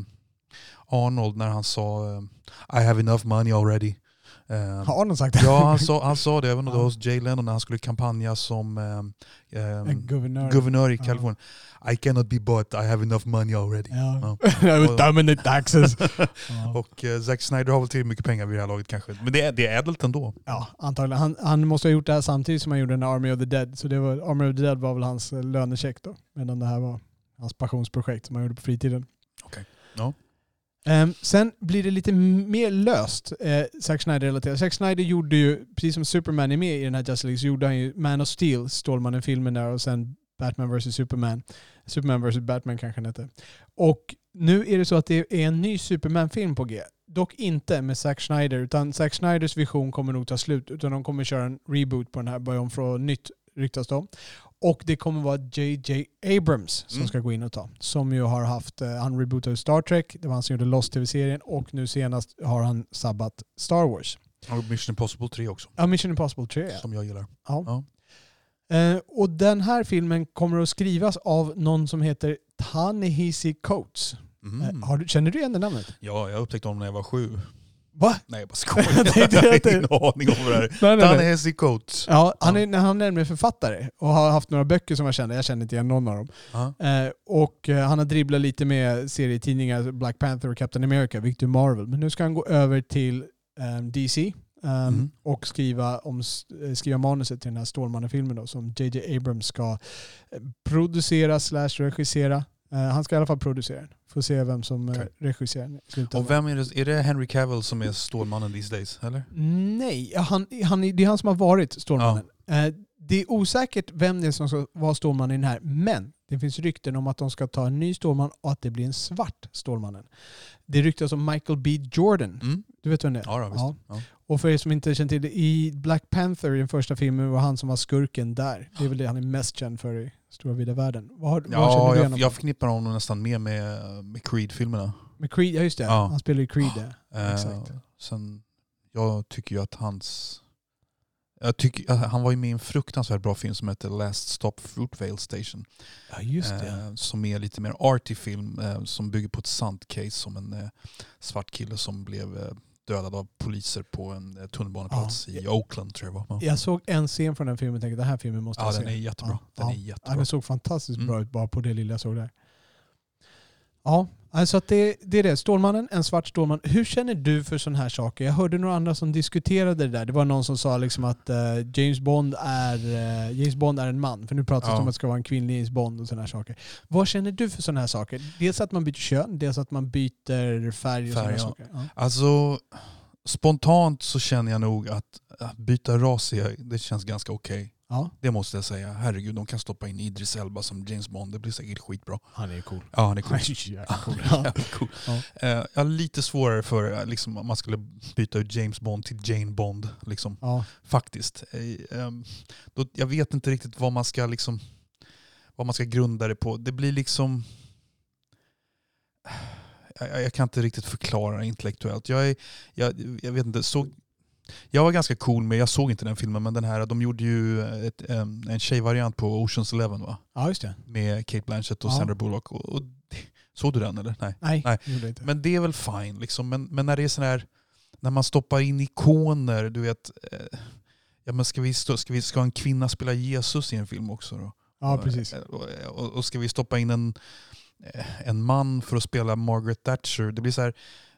Arnold när han sa I have enough money already. Uh, har Arnold sagt det? Ja, han sa, han sa det även ja. hos Jay Leno när han skulle kampanja som um, um, guvernör. guvernör i Kalifornien. Ja. I cannot be bought, I have enough money already. Ja. Ja. I would dominate taxes. Ja. Och uh, Zack Snyder har väl till mycket pengar vid det här laget kanske. Men det är, det är ädelt ändå. Ja, antagligen. Han, han måste ha gjort det här samtidigt som han gjorde den Army of the Dead. Så det var, Army of the Dead var väl hans lönecheck då. Medan det här var hans passionsprojekt som han gjorde på fritiden. Okej. Okay. Ja. Um, sen blir det lite mer löst eh, Zack Snyder-relaterat. Zack Snyder gjorde ju, precis som Superman är med i den här Justice League, så gjorde han ju Man of Steel, Stålmannen-filmen där, och sen Batman versus Superman. Superman versus Batman kanske han heter. Och nu är det så att det är en ny Superman-film på G. Dock inte med Zack Snyder, utan Zack Snyders vision kommer nog ta slut, utan de kommer köra en reboot på den här, börja om från nytt, ryktas de. Och det kommer vara J J Abrams som mm. ska gå in och ta. Som ju har haft, uh, han rebootade Star Trek, det var han som gjorde Lost-tv-serien, och nu senast har han sabbat Star Wars. Och Mission Impossible tre också. Ja, Mission Impossible tre. Ja. Som jag gillar. Ja. ja. Uh, och den här filmen kommer att skrivas av någon som heter Ta-Nehisi Coates. Mm. Uh, har du, känner du igen det namnet? Ja, jag upptäckte honom när jag var sju. Va? Nej, jag bara skojar. Jag har ingen aning om vad det är. Nej, nej, Ta-Nehisi Coates. Ja, han är, han är nämligen författare och har haft några böcker som jag känner. Jag känner inte igen någon av dem. Uh-huh. Eh, och uh, han har dribblat lite med serietidningar, Black Panther och Captain America, Victor Marvel. Men nu ska han gå över till um, D C um, mm. och skriva, om, skriva manuset till den här Stålmannen-filmen då, som J J Abrams ska producera slash regissera. Uh, han ska i alla fall producera den. Får se vem som okay. regisserar den. Och vem är det? Är det Henry Cavill som är Stålmannen these days, eller? Nej, han, han, det är han som har varit Stålmannen. Ja. Uh, det är osäkert vem det är som ska vara Stålmannen i den här, men det finns rykten om att de ska ta en ny Stålman och att det blir en svart Stålmannen. Det ryktas om Michael B. Jordan. Mm. Du vet vem det är? Ja, då, visst. Ja. Ja. Och för er som inte känner till det, i Black Panther, i den första filmen, var han som var skurken där. Det är väl det han är mest känd för i stora vida världen. Vad har, ja, vad jag, jag förknippar honom nästan mer med, med Creed-filmerna. Med Creed, ja just det. Ja. Han spelar i Creed, ja. Uh, Exakt. Sen, jag tycker ju att hans... Jag tycker, han var ju med i en fruktansvärt bra film som heter Last Stop Fruitvale Station. Ja, just det. Eh, som är lite mer arty film eh, som bygger på ett sant case som en eh, svart kille som blev eh, dödad av poliser på en eh, tunnelbaneplats ja. i Oakland, tror jag. Ja. Jag såg en scen från den filmen och tänkte den här filmen måste ja, jag se. Den är jättebra. Ja. Den ja. är jättebra. Ja, den såg fantastiskt mm. bra ut bara på det lilla jag såg där. Ja, alltså att det, det är det. Stålmannen, en svart Stålman. Hur känner du för sådana här saker? Jag hörde några andra som diskuterade det där. Det var någon som sa liksom att uh, James Bond är uh, James Bond är en man. För nu pratas det ja. om att det ska vara en kvinnlig James Bond och sådana här saker. Vad känner du för sådana här saker? Dels att man byter kön, dels att man byter färg och sådana ja. saker. Ja. Alltså, spontant så känner jag nog att, att byta ras, är, det känns ganska okej. Okay. Ja. Det måste jag säga. Herregud, de kan stoppa in Idris Elba som James Bond. Det blir säkert skitbra. Han är cool. Ja, han är cool. cool. Ja. cool. Ja. Uh, jag har lite svårare för liksom, om man skulle byta ut James Bond till Jane Bond. Liksom. Ja. Faktiskt. Uh, um, då, jag vet inte riktigt vad man ska liksom, vad man ska grunda det på. Det blir liksom... Jag, jag kan inte riktigt förklara det intellektuellt. Jag, är, jag, jag vet inte, så... Jag var ganska cool med, jag såg inte den filmen, men den här, de gjorde ju ett, en, en tjejvariant på Ocean's Eleven, va? Ja, just det. Med Cate Blanchett och ja. Sandra Bullock. Och, och, såg du den eller? Nej. Nej, Nej. Det inte. Men det är väl fine liksom. Men, men när det är sån här, när man stoppar in ikoner, du vet, eh, ja men ska vi, stå, ska vi ska en kvinna spela Jesus i en film också då? Ja, precis. Och, och, och ska vi stoppa in en, en man för att spela Margaret Thatcher? Det blir så här,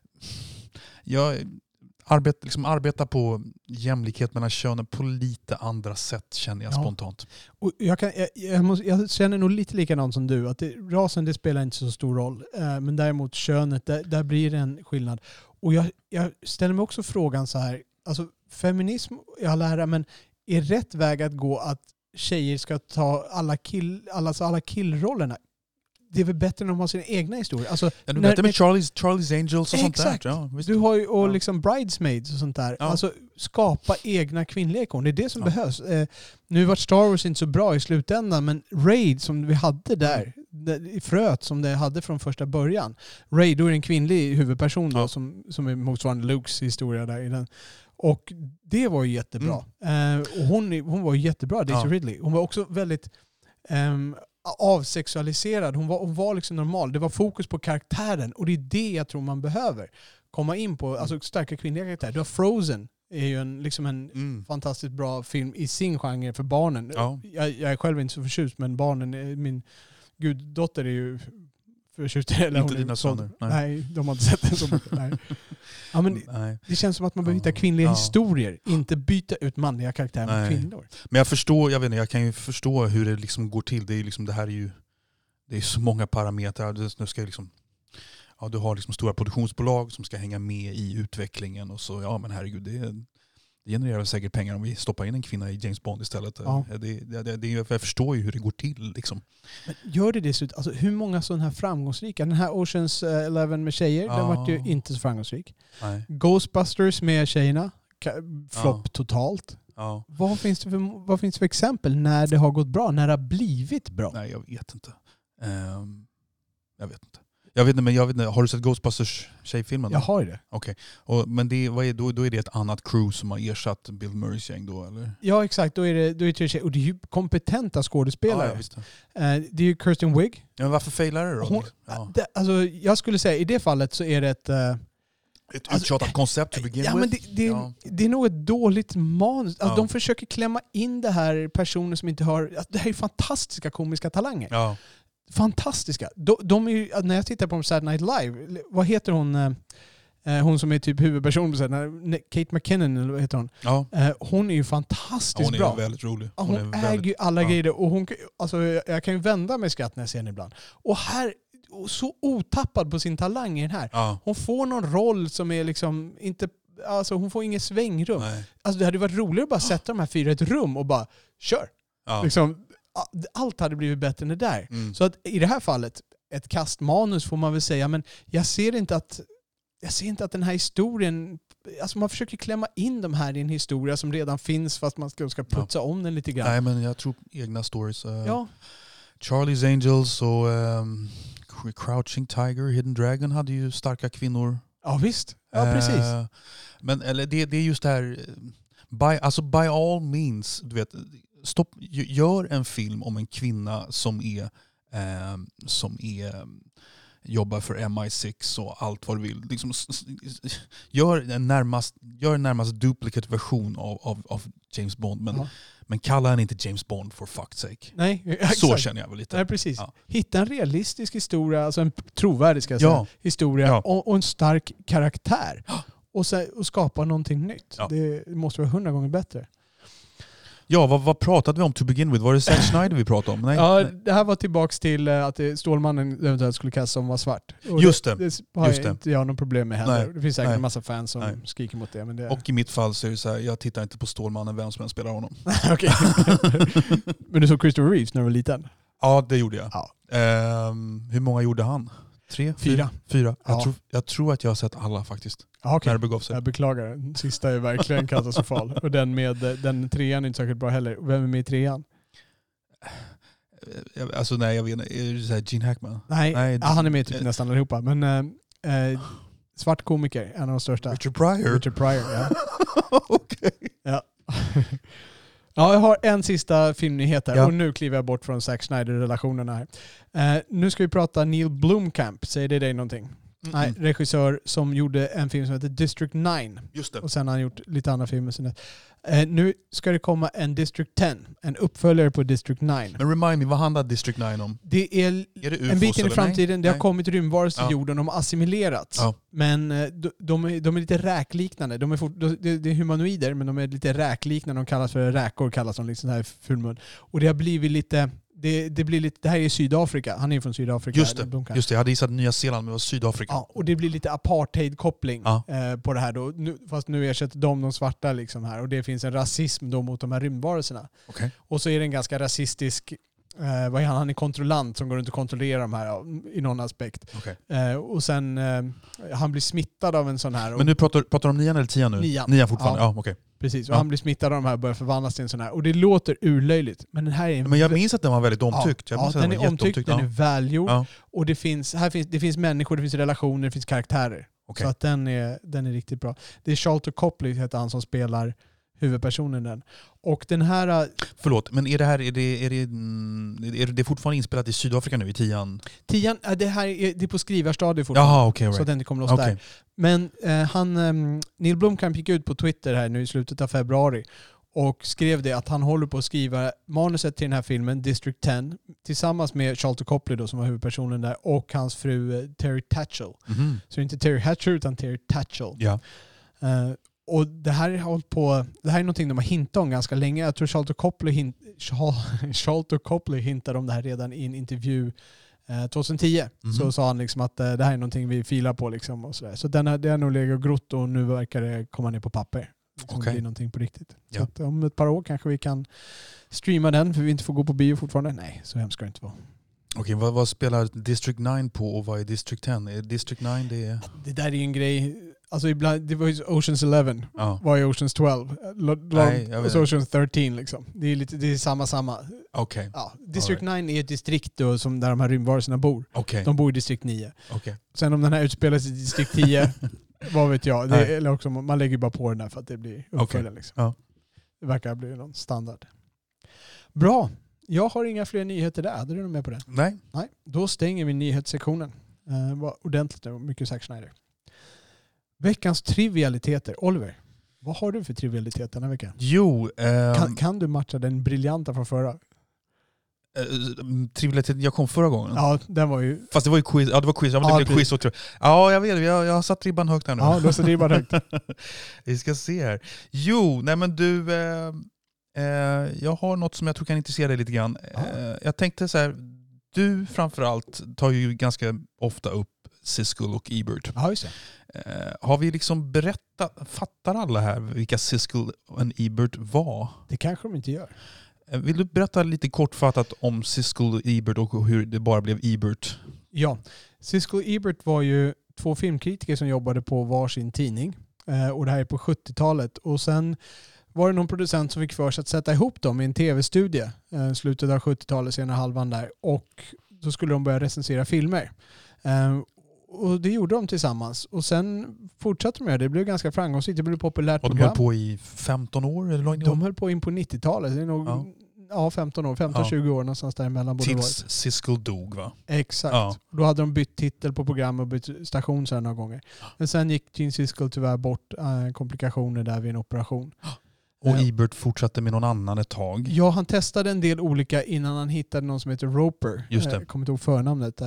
jag Arbeta, liksom arbeta på jämlikhet mellan könen på lite andra sätt, känner jag ja. spontant. Och jag, kan, jag, jag, måste, jag känner nog lite likadant som du. Att det, rasen det spelar inte så stor roll. Eh, men däremot könet, där, där blir det en skillnad. Och jag, jag ställer mig också frågan så här. Alltså feminism i all ära, men är rätt väg att gå att tjejer ska ta alla, kill, alla, alla killrollerna? Det är väl bättre när de har sina egna historier. Alltså, ja, du vet med Charlie's, Charlie's Angels och exakt. sånt där. Ja, du har ju och ja. liksom Bridesmaids och sånt där. Ja. Alltså skapa egna kvinnliga ikoner. Det är det som ja. behövs. Eh, nu var Star Wars inte så bra i slutändan, men Raid som vi hade där, mm. i fröet som det hade från första början. Raid, då är en kvinnlig huvudperson då, ja. som, som är motsvarande Lukes historia där i den. Och det var ju jättebra. Mm. Eh, och hon, hon var ju jättebra, Daisy ja. Ridley. Hon var också väldigt... Um, avsexualiserad. Hon var, hon var liksom normal. Det var fokus på karaktären och det är det jag tror man behöver komma in på. Alltså starka kvinnliga karaktärer. Du har Frozen är ju en, liksom en mm. fantastiskt bra film i sin genre för barnen. Ja. Jag, jag är själv inte så förtjust, men barnen, min guddotter är ju förtjust. Eller inte dina söner. Nej. nej, de har inte sett den så mycket. Nej. Ja, men nej. Det känns som att man behöver hitta kvinnliga ja. historier, inte byta ut manliga karaktärer med kvinnor. Men jag förstår, jag vet inte, jag kan ju förstå hur det liksom går till. Det är liksom, det här är ju, det är så många parametrar. Nu ska liksom, ja, du har liksom stora produktionsbolag som ska hänga med i utvecklingen och så, ja men herregud, det, det genererar säkert pengar om vi stoppar in en kvinna i James Bond istället. Ja. Det, det, det, det, jag förstår ju hur det går till. Liksom. Men gör det det slut? Alltså, hur många sådana här framgångsrika? Den här Ocean's Eleven med tjejer, ja. den var ju inte så framgångsrik. Nej. Ghostbusters med tjejerna, flopp ja. totalt. Ja. Vad, finns det för, vad finns det för exempel när det har gått bra? När det har blivit bra? Nej, jag vet inte. Um, jag vet inte. Jag vet inte, men jag vet inte, har du sett Ghostbusters tjejfilmen? Jag har det. Okej. Okay. Men det, vad är, då, då är det ett annat crew som har ersatt Bill Murrays gäng då, eller? Ja, exakt. Då är det, då är det tre tjejer. Och det är ju kompetenta skådespelare. Ja, visst. Det. Uh, det är ju Kirsten Wigg. Ja, men varför failar det då? Hon, ja. det, alltså, jag skulle säga, i det fallet så är det ett... Uh, Ett uttjatat alltså, koncept to begin ja, with. Men det, det, ja. det är nog ett dåligt manus. Alltså, ja. De försöker klämma in det här personer som inte har... Alltså, det här är fantastiska komiska talanger. Ja. Fantastiska. De, de är ju, när jag tittar på Saturday Night Live, vad heter hon? Eh, hon som är typ huvudperson på Saturday, Kate McKinnon, eller vad heter hon? Ja. Eh, hon är ju fantastiskt bra. bra. Hon är väldigt rolig. Hon, hon är äger väldigt, ju alla ja. grejer. Och hon, alltså, jag kan ju vända mig skratt när jag ser henne ibland. Och här, så otappad på sin talang i den här. Ja. Hon får någon roll som är liksom inte... Alltså hon får inget svängrum. Nej. Alltså det hade varit roligare att bara sätta de här fyra i ett rum och bara, kör! Ja. Liksom, allt hade blivit bättre än det där. Mm. Så att i det här fallet, ett kastmanus får man väl säga, men jag ser inte att jag ser inte att den här historien, alltså man försöker klämma in de här i en historia som redan finns fast man ska, ska putsa ja. om den lite grann. Nej, men jag tror egna stories. Uh, ja. Charlie's Angels och um, Crouching Tiger, Hidden Dragon hade ju starka kvinnor. Ja visst, ja precis. Uh, men eller det, det är just det här, by, alltså by all means, du vet, stopp, gör en film om en kvinna som är eh, som är jobbar för M I sex och allt vad du vill. Liksom, gör en närmast gör en närmast duplicate version av, av, av James Bond, men ja. men kalla han inte James Bond for fuck's sake. Nej, exakt. Så känner jag väl lite. Nej, precis. Ja. Hitta en realistisk historia, alltså en trovärdig ska jag säga, ja. historia ja. Och, och en stark karaktär. Och, så, och skapa någonting nytt. Ja. Det måste vara hundra gånger bättre. Ja, vad, vad pratade vi om to begin with? Var det Zack Snyder vi pratade om? Nej. Ja, Nej. det här var tillbaks till uh, att det, Stålmannen eventuellt skulle kastas som var svart. Och Just det. Det, det har Just jag det. inte jag någon problem med heller. Nej. Det finns säkert Nej. en massa fans som Nej. skriker mot det. Men det... Och i mitt fall så är det så här, jag tittar inte på Stålmannen, vem som än spelar honom. Okej. Men du såg Christopher Reeves när du var liten? Ja, det gjorde jag. Ja. Ehm, hur många gjorde han? Tre? Fyra. Fyra. Jag, Ja. tror, jag tror att jag har sett alla faktiskt. Ja, okej. När det begav sig. Jag beklagar. Den sista är verkligen katastrofal. Och den med den trean är inte särskilt bra heller. Vem är med i trean? Jag- Alltså nej, jag vet inte. Är det så här Gene Hackman? Nej, Nej, ja, han är med typ eh, nästan allihopa. Men äh, äh, svart komiker, en av de största. Richard Pryor? Richard Pryor, ja. Okej. Ja. Ja, jag har en sista filmnyhet här Ja. och nu kliver jag bort från Zack Snyder-relationerna här. Eh, nu ska vi prata Neil Blomkamp. Säger det dig någonting? Mm-mm. Nej, regissör som gjorde en film som heter District nine. Just det. Och sen har han gjort lite andra filmer sen dess. Eh, nu ska det komma en District ten. En uppföljare på District nine. Men remind me, vad handlar District nine om? Det är Är det U F Os en bit in i eller? framtiden. Nej? Det har Nej. kommit rymdvarelser till Ja. jorden. De har assimilerats. Ja. Men eh, de, de, är, de är lite räkliknande. De är, fort, de, det det är humanoider, men de är lite räkliknande. De kallas för räkor, kallas de liksom här i fulmun. Och det har blivit lite... Det, det, blir lite, det här är Sydafrika. Han är ju från Sydafrika. Just det. Blomkamp. Just det, jag hade gissat Nya Zeeland men det var Sydafrika. Ja, och det blir lite apartheid-koppling Ja. eh, på det här då. Nu, fast nu ersätter de de svarta liksom här. Och det finns en rasism då mot de här rymdvarelserna. Okej. Och så är det en ganska rasistisk... Eh, vad är han? Han är kontrollant som går runt och kontrollerar de här ja, i någon aspekt. Okej. Eh, och sen... Eh, han blir smittad av en sån här... Och, Men nu pratar, pratar de om nian eller tian nu? Nian. Nian fortfarande? Ja. Ja, okej. precis. Och Ja. han blir smittad av de här och börjar förvandlas till en sån här. Och det låter urlöjligt. Men den här är... Men jag minns att den var väldigt omtyckt. Jag Ja, minns ja, att den var är omtyckt, jätteomtyckt. den är Ja. välgjord. Ja. Och det finns, här finns, det finns människor, det finns relationer, det finns karaktärer. Okej. Så att den är, den är riktigt bra. Det är Sholto Copley heter han som spelar huvudpersonen i den. Och den här... Förlåt, men är det här är det, är det, mm, är det fortfarande inspelat i Sydafrika nu i tian? Tian, äh, det här är, det är på skrivarstadiet fortfarande. Jaha, okej. Så right. att den inte kommer loss Okej. där. Men eh, han, eh, Neil Blomkamp gick ut på Twitter här nu i slutet av februari och skrev det att han håller på att skriva manuset till den här filmen, District ten, tillsammans med Sholto Copley då, som var huvudpersonen där, och hans fru eh, Terry Tatchell. Mhm. Så inte Terry Hatcher utan Terry Tatchell. Ja. Eh, och det här, har hållit på, det här är någonting de har hintat om ganska länge. Jag tror Sholto Copley, hint, Sholto Copley hintade om det här redan i en intervju eh, tjugohundratio. Mhm. Så sa han liksom att eh, det här är någonting vi filar på. Liksom och så där. Så den har, det har nog legat och grott och nu verkar det komma ner på papper. Liksom Okej. det blir någonting på riktigt. Ja. Så att om ett par år kanske vi kan streama den för vi inte får gå på bio fortfarande. Nej, så hemskt ska det inte vara. Okej, vad, vad spelar District nine på och vad är District ten? Är District nine det är... Det där är ju en grej. Alltså ibland, det var ju Oceans eleven. Ja. Vad är Oceans twelve? Nej, jag vet Och Oceans thirteen liksom. Det är, lite, det är samma samma. Okej, Ja, District nine är ett distrikt då, som där de här rymdvarelserna bor. okej, De bor i distrikt nio. okej. Sen om den här utspelar sig i distrikt tio, vad vet jag. Det, Nej. eller också, man lägger bara på den där för att det blir uppföljaren. Liksom. Ja. Det verkar bli någon standard. Bra. Jag har inga fler nyheter där. Hade du något med på det? Nej. Nej. Då stänger vi nyhetssektionen. Uh, var ordentligt nu. Mycket Zack Snyder. Veckans trivialiteter. Oliver, vad har du för trivialiteter den här veckan? Jo, ehm, Kan, kan du matcha den briljanta från förra? eh, trivialiteten jag kom förra gången. Ja, den var ju... Fast det var ju quiz. Ja, det var quiz. Ja, men det Ja, blev precis. quiz och tri- Ja, jag vet. Jag, jag har satt ribban högt här nu. Ja, då så det är bara högt. Vi ska se här. Jo, nej men du... Eh, eh, jag har något som jag tror kan intressera dig lite grann. Ja. Eh, jag tänkte så här. Du framförallt tar ju ganska ofta upp Siskel och Ebert. Ja, just det. Eh, har vi liksom berättat, fattar alla här vilka Siskel och Ebert var? Det kanske de inte gör. Eh, vill du berätta lite kortfattat om Siskel och Ebert och hur det bara blev Ebert? Ja, Siskel och Ebert var ju två filmkritiker som jobbade på varsin tidning. Eh, och det här är på sjuttiotalet. Och sen var det någon producent som fick för sig att sätta ihop dem i en tv-studie. Eh, slutet av sjuttiotalet, senare halvan där. Och så skulle de börja recensera filmer. Eh, och det gjorde de tillsammans. Och sen fortsatte de med det. Det blev ganska framgångsrikt. Det blev ett populärt Och de program. höll på i femton år? Eller långt De höll på in på nittiotalet. Det är nog Ja. ja. femton år, femton tjugo år någonstans däremellan. borde det varit. tills Siskel dog, va? Exakt. Ja. Då hade de bytt titel på program och bytt station sen några gånger. Men sen gick Gene Siskel tyvärr bort äh, komplikationer där vid en operation. Och Ja. Ebert fortsatte med någon annan ett tag. Ja, han testade en del olika innan han hittade någon som heter Roper. Just det. Jag kommer inte ihåg förnamnet där. Nej.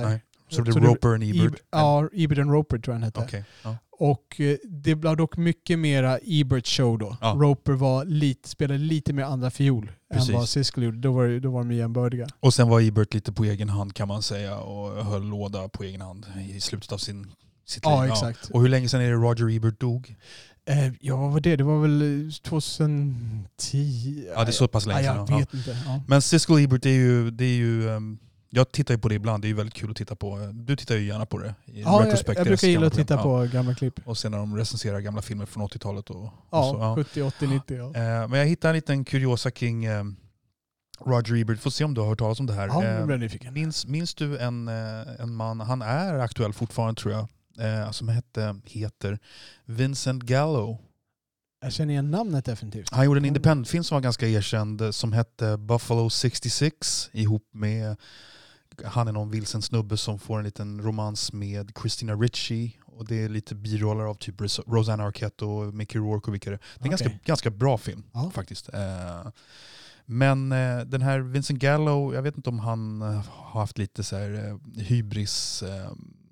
Så det är Så Roper and Ebert? Ebert, ja, Ebert and Roper tror jag den hette. Okay, ja. Och eh, det var dock mycket mera Ebert show då. Ja. Roper var lite, spelade lite mer andra fiol Precis. än vad Siskel gjorde. Då var, då var de jämbördiga. Och sen var Ebert lite på egen hand kan man säga och höll låda på egen hand i slutet av sin, sitt liv. Ja, exakt. Och hur länge sedan är det Roger Ebert dog? Eh, ja, vad var det? Det var väl tjugohundratio? Ja, det är så pass länge ja, sedan. jag vet Ja. inte. Ja. Men Siskel Ebert är ju, det är ju um, jag tittar ju på det ibland, det är ju väldigt kul att titta på. Du tittar ju gärna på det. I Ja, jag, retrospekt, jag brukar gilla att titta ja. på gamla klipp. Och sen när de recenserar gamla filmer från åttiotalet. Och, Ja, och så, ja. sjuttio, åttio, nittio. Ja. Eh, men jag hittade en liten kuriosa kring eh, Roger Ebert. Får se om du har hört talas om det här. Ja, Eh, jag blev nyfiken. minns, minns du en, eh, en man, han är aktuell fortfarande tror jag, eh, som hette, heter Vincent Gallo. Jag känner igen namnet definitivt. Han gjorde en independent-film som var ganska erkänd eh, som hette Buffalo sextiosex ihop med, han är någon vilsen snubbe som får en liten romans med Christina Ricci och det är lite biroller av typ Rosanna Arquette och Mickey Rourke och vilka det är. Det är en Okay. ganska, ganska bra film Ja. faktiskt. Eh, men eh, den här Vincent Gallo, jag vet inte om han eh, har haft lite så här eh, hybris eh,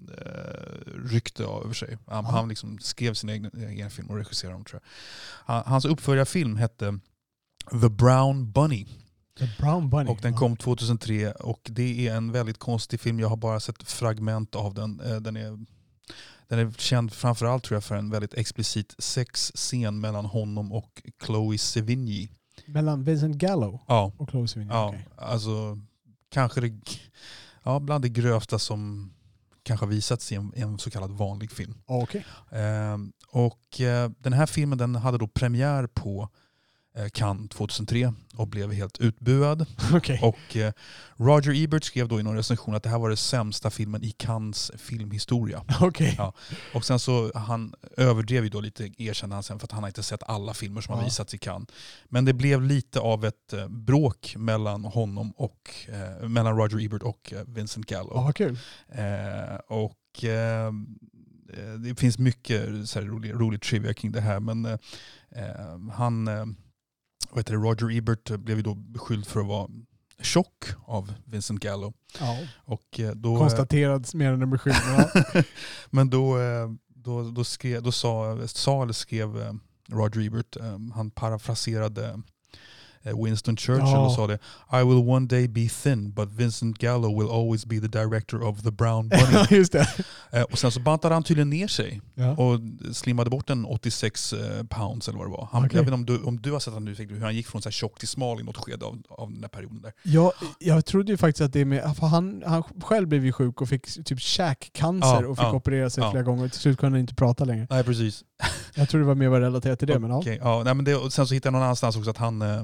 rykte över sig. Han, Ja. han liksom skrev sin egen, egen film och regisserade dem tror jag. Han, hans uppföljarfilm hette The Brown Bunny. The Brown Bunny. Och den Ja. kom tjugohundratre och det är en väldigt konstig film. Jag har bara sett fragment av den. Eh, Den är, den är känd framförallt tror jag för en väldigt explicit sexscen mellan honom och Chloe Sevigny. Mellan Vincent Gallo Ja, och Chloe Sevigny. ja Okej. alltså kanske det, ja, bland det grövsta som kanske har visats i en, en så kallad vanlig film. Okej. Eh, och eh, den här filmen den hade då premiär på eh, Cannes tjugohundratre och blev helt utbuad. Okej. Och eh, Roger Ebert skrev då i någon recension att det här var den sämsta filmen i Cannes filmhistoria. Okej. Ja. Och sen så han överdrev ju då lite, erkände han sen, för att han har inte sett alla filmer som Ja. har visats i Cannes. Men det blev lite av ett eh, bråk mellan honom och eh, mellan Roger Ebert och eh, Vincent Gallo. Ja, vad kul. Eh, och eh, det finns mycket så här rolig, rolig trivia kring det här, men eh, han eh, vad heter det, Roger Ebert blev ju då beskylld för att vara tjock av Vincent Gallo. Ja. Och eh, då, Konstaterats mer än en beskyllning. Ja. men då, eh, då, då, skrev, då sa, sa eller skrev eh, Roger Ebert, eh, han parafraserade eh, Winston Churchill Ja. och sa det: I will one day be thin, but Vincent Gallo will always be the director of The Brown Bunny. Just det. eh, och sen så bantade han tydligen ner sig Ja. och slimmade bort en åttiosex eh, pounds eller vad det var. Han, Okej. Jag vet inte om du, om du har sett han nu, hur han gick från så här tjock till smal i något skede av, av den där perioden där. Ja, jag trodde ju faktiskt att det är med, för han, han själv blev ju sjuk och fick typ käkcancer Ja, och fick ja, operera sig ja. flera gånger och till slut kunde han inte prata längre. Nej, precis. Jag tror det var mer var relaterat till det, men ja. Okej, ja, nej, men det, och sen så hittade jag någon annanstans också att han eh,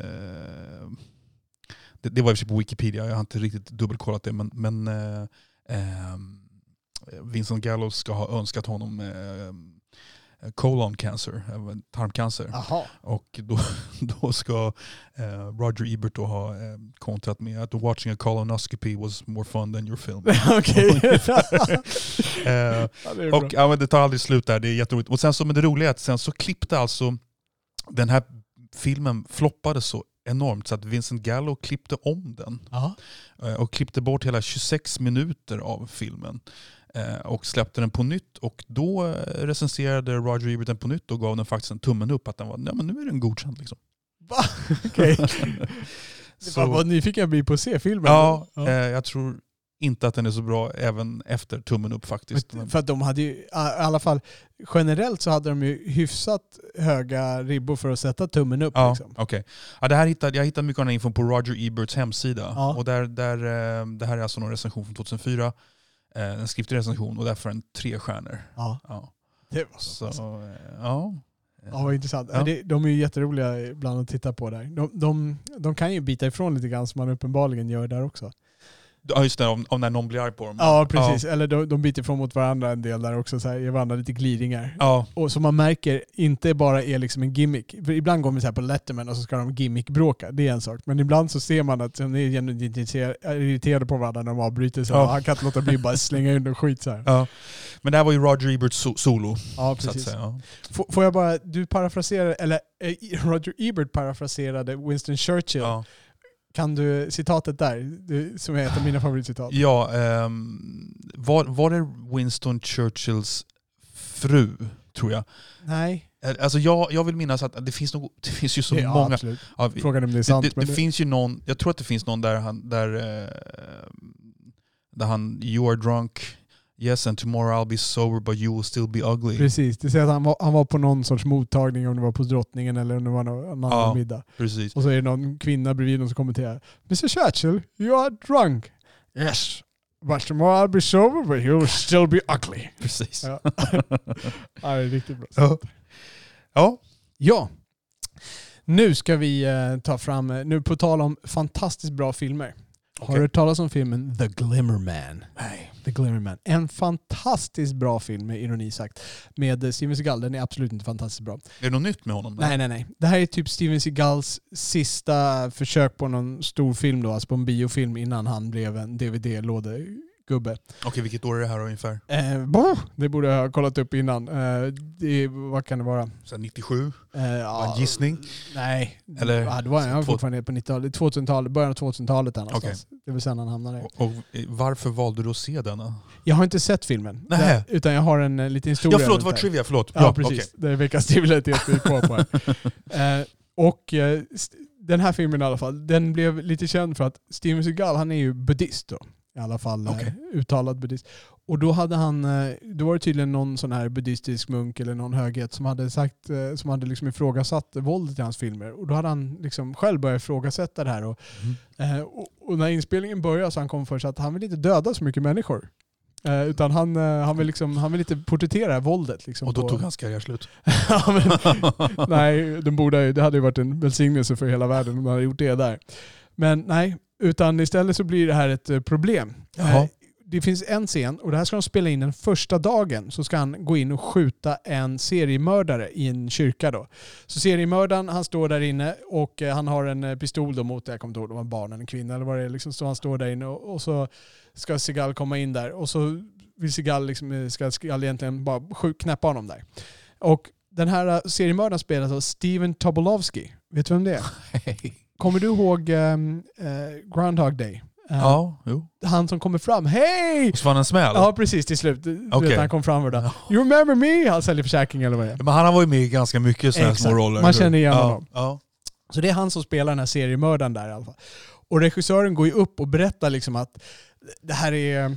det, det var i och för sig på Wikipedia, jag har inte riktigt dubbelkollat det, men, men eh, eh, Vincent Gallo ska ha önskat honom eh, colon cancer, eh, tarmcancer. Jaha. Och då, då ska eh, Roger Ebert då ha eh, kontrat med att watching a colonoscopy was more fun than your film. Okej. eh, Ja, det är och bra. ja, men det tar aldrig slut där, det är jätteroligt. Och sen så, men det roliga är att sen så klippte alltså den här filmen floppade så enormt så att Vincent Gallo klippte om den Ja. eh, och klippte bort hela tjugosex minuter av filmen eh, och släppte den på nytt, och då eh, recenserade Roger Ebert den på nytt och gav den faktiskt en tummen upp att den var, ja, men nu är den godkänd liksom. Va? Okej. Så- Vad nyfiken jag blir på att se filmen. Ja, Ja. Eh, jag tror inte att den är så bra även efter tummen upp faktiskt. Men för att de hade ju, i alla fall generellt så hade de ju hyfsat höga ribbor för att sätta tummen upp. Ja, Liksom. okej. Ja, det här hittade, jag hittade mycket av den infon på Roger Eberts hemsida. Ja. Och där, där, eh, det här är alltså en recension från tjugohundrafyra. Eh, en skriftlig recension och därför en tre stjärnor. Ja, Ja. det var Så, så. eh, ja. Ja, vad intressant. Ja. Det, de är ju jätteroliga ibland att titta på där. De, de, de kan ju bita ifrån lite grann som man uppenbarligen gör där också. Ja, just det, om, om när någon blir arg på dem. Ja, precis. Eller de, de biter ifrån mot varandra en del där också, så här, ger varandra lite glidningar. Ja, Och som man märker inte bara är liksom en gimmick. För ibland går man så här på Letterman och så ska de gimmickbråka. Det är en sak. Men ibland så ser man att de är genuint irriterade på varandra när de avbryter sig. Ja. Han kan inte låta bli bara slänga in och skit så här. ja. Men det här var ju Roger Eberts so- solo. Ja, Så att precis. säga, ja. F- får jag bara, du parafraserar, eller eh, Roger Ebert parafraserade Winston Churchill Ja. Kan du citatet där, det, som är ett av mina favoritcitat? Ja, um, var, var det Winston Churchills fru, tror jag? Nej. Alltså jag, jag vill minnas att det finns, nog, det finns ju så ja, många... Absolut. Ja, Frågan om det är sant. Det, det, men det det finns ju någon, jag tror att det finns någon där han, där, där han, you are drunk, yes, and tomorrow I'll be sober but you will still be ugly. Precis, det säger att han var, han var på någon sorts mottagning, om det var på Drottningen eller om det var någon annan ja, middag. Precis. Och så är det någon kvinna bredvid någon som kommenterar, mister Churchill, you are drunk. Yes, but tomorrow I'll be sober but you will still be ugly. Precis. Ja, ja det är riktigt bra. Ja. Ja. Ja. Nu ska vi eh, ta fram, eh, nu på tal om fantastiskt bra filmer. Okay. Har du hört talas om filmen The Glimmer Man? Nej. The Glimmer Man. En fantastiskt bra film, med ironi sagt. Med eh, Steven Seagal. Den är absolut inte fantastiskt bra. Är det något nytt med honom? Nej, nej, nej. Det här är typ Steven Seagals sista försök på någon stor film då, alltså på en biofilm innan han blev en D V D-lådegubbe. Okej, vilket år är det här ungefär? Eh, boh, det borde jag ha kollat upp innan. Eh, det, vad kan det vara? Så nittiosju? Eh, ja, en gissning? Nej. Eller, ja, det var jag fortfarande på nittiotalet, tvåtusentalet, början av tvåtusentalet där någonstans. Okay. Det var sen han hamnade. Och, och varför valde du att se denna? Jag har inte sett filmen. Nej. Utan jag har en, en liten historia. Ja, förlåt, var trivia, förlåt. Ja, ja precis. Okay. Det är veckans trivialitet vi är kvar på här. eh, och eh, den här filmen i alla fall, den blev lite känd för att Steven Seagal, han är ju buddhist då. I alla fall okay. eh, uttalad buddhist. Och då hade han, eh, då var det tydligen någon sån här buddhistisk munk eller någon höghet som hade sagt, eh, som hade liksom ifrågasatt våldet i hans filmer. Och då hade han liksom själv börjat ifrågasätta det här. Och, mm. eh, och, och när inspelningen började så han kom för sig att han vill inte döda så mycket människor. Eh, utan han, eh, han, vill liksom, han vill inte porträttera våldet. Liksom, och då på... tog hans karriär slut. ja, men, nej, den borde, det hade ju varit en välsignelse för hela världen om man hade gjort det där. Men nej, utan istället så blir det här ett problem. Jaha. Det finns en scen, och det här ska de spela in den första dagen, så ska han gå in och skjuta en seriemördare i en kyrka då. Så seriemördaren, han står där inne och han har en pistol då mot, jag kommer inte ihåg, det var en barn eller en kvinna eller vad det är, liksom, så han står där inne och, och så ska Seagal komma in där och så vill Seagal liksom, ska Seagal egentligen bara skjut, knäppa honom där. Och den här seriemördaren spelas av Steven Tobolowsky. Vet du vem det är? Kommer du ihåg um, uh, Groundhog Day? Uh, ja, jo. Han som kommer fram. Hej! Och så var han en smäll? Ja, precis till slut. Du okay. vet, han kom fram och där. You remember me? Han säljer försäkring eller vad det är. Men han var ju med i ganska mycket sådana små roller. Man känner igen ja, honom. Ja. Så det är han som spelar den här seriemördaren där i alla fall. Och regissören går ju upp och berättar liksom att det här är...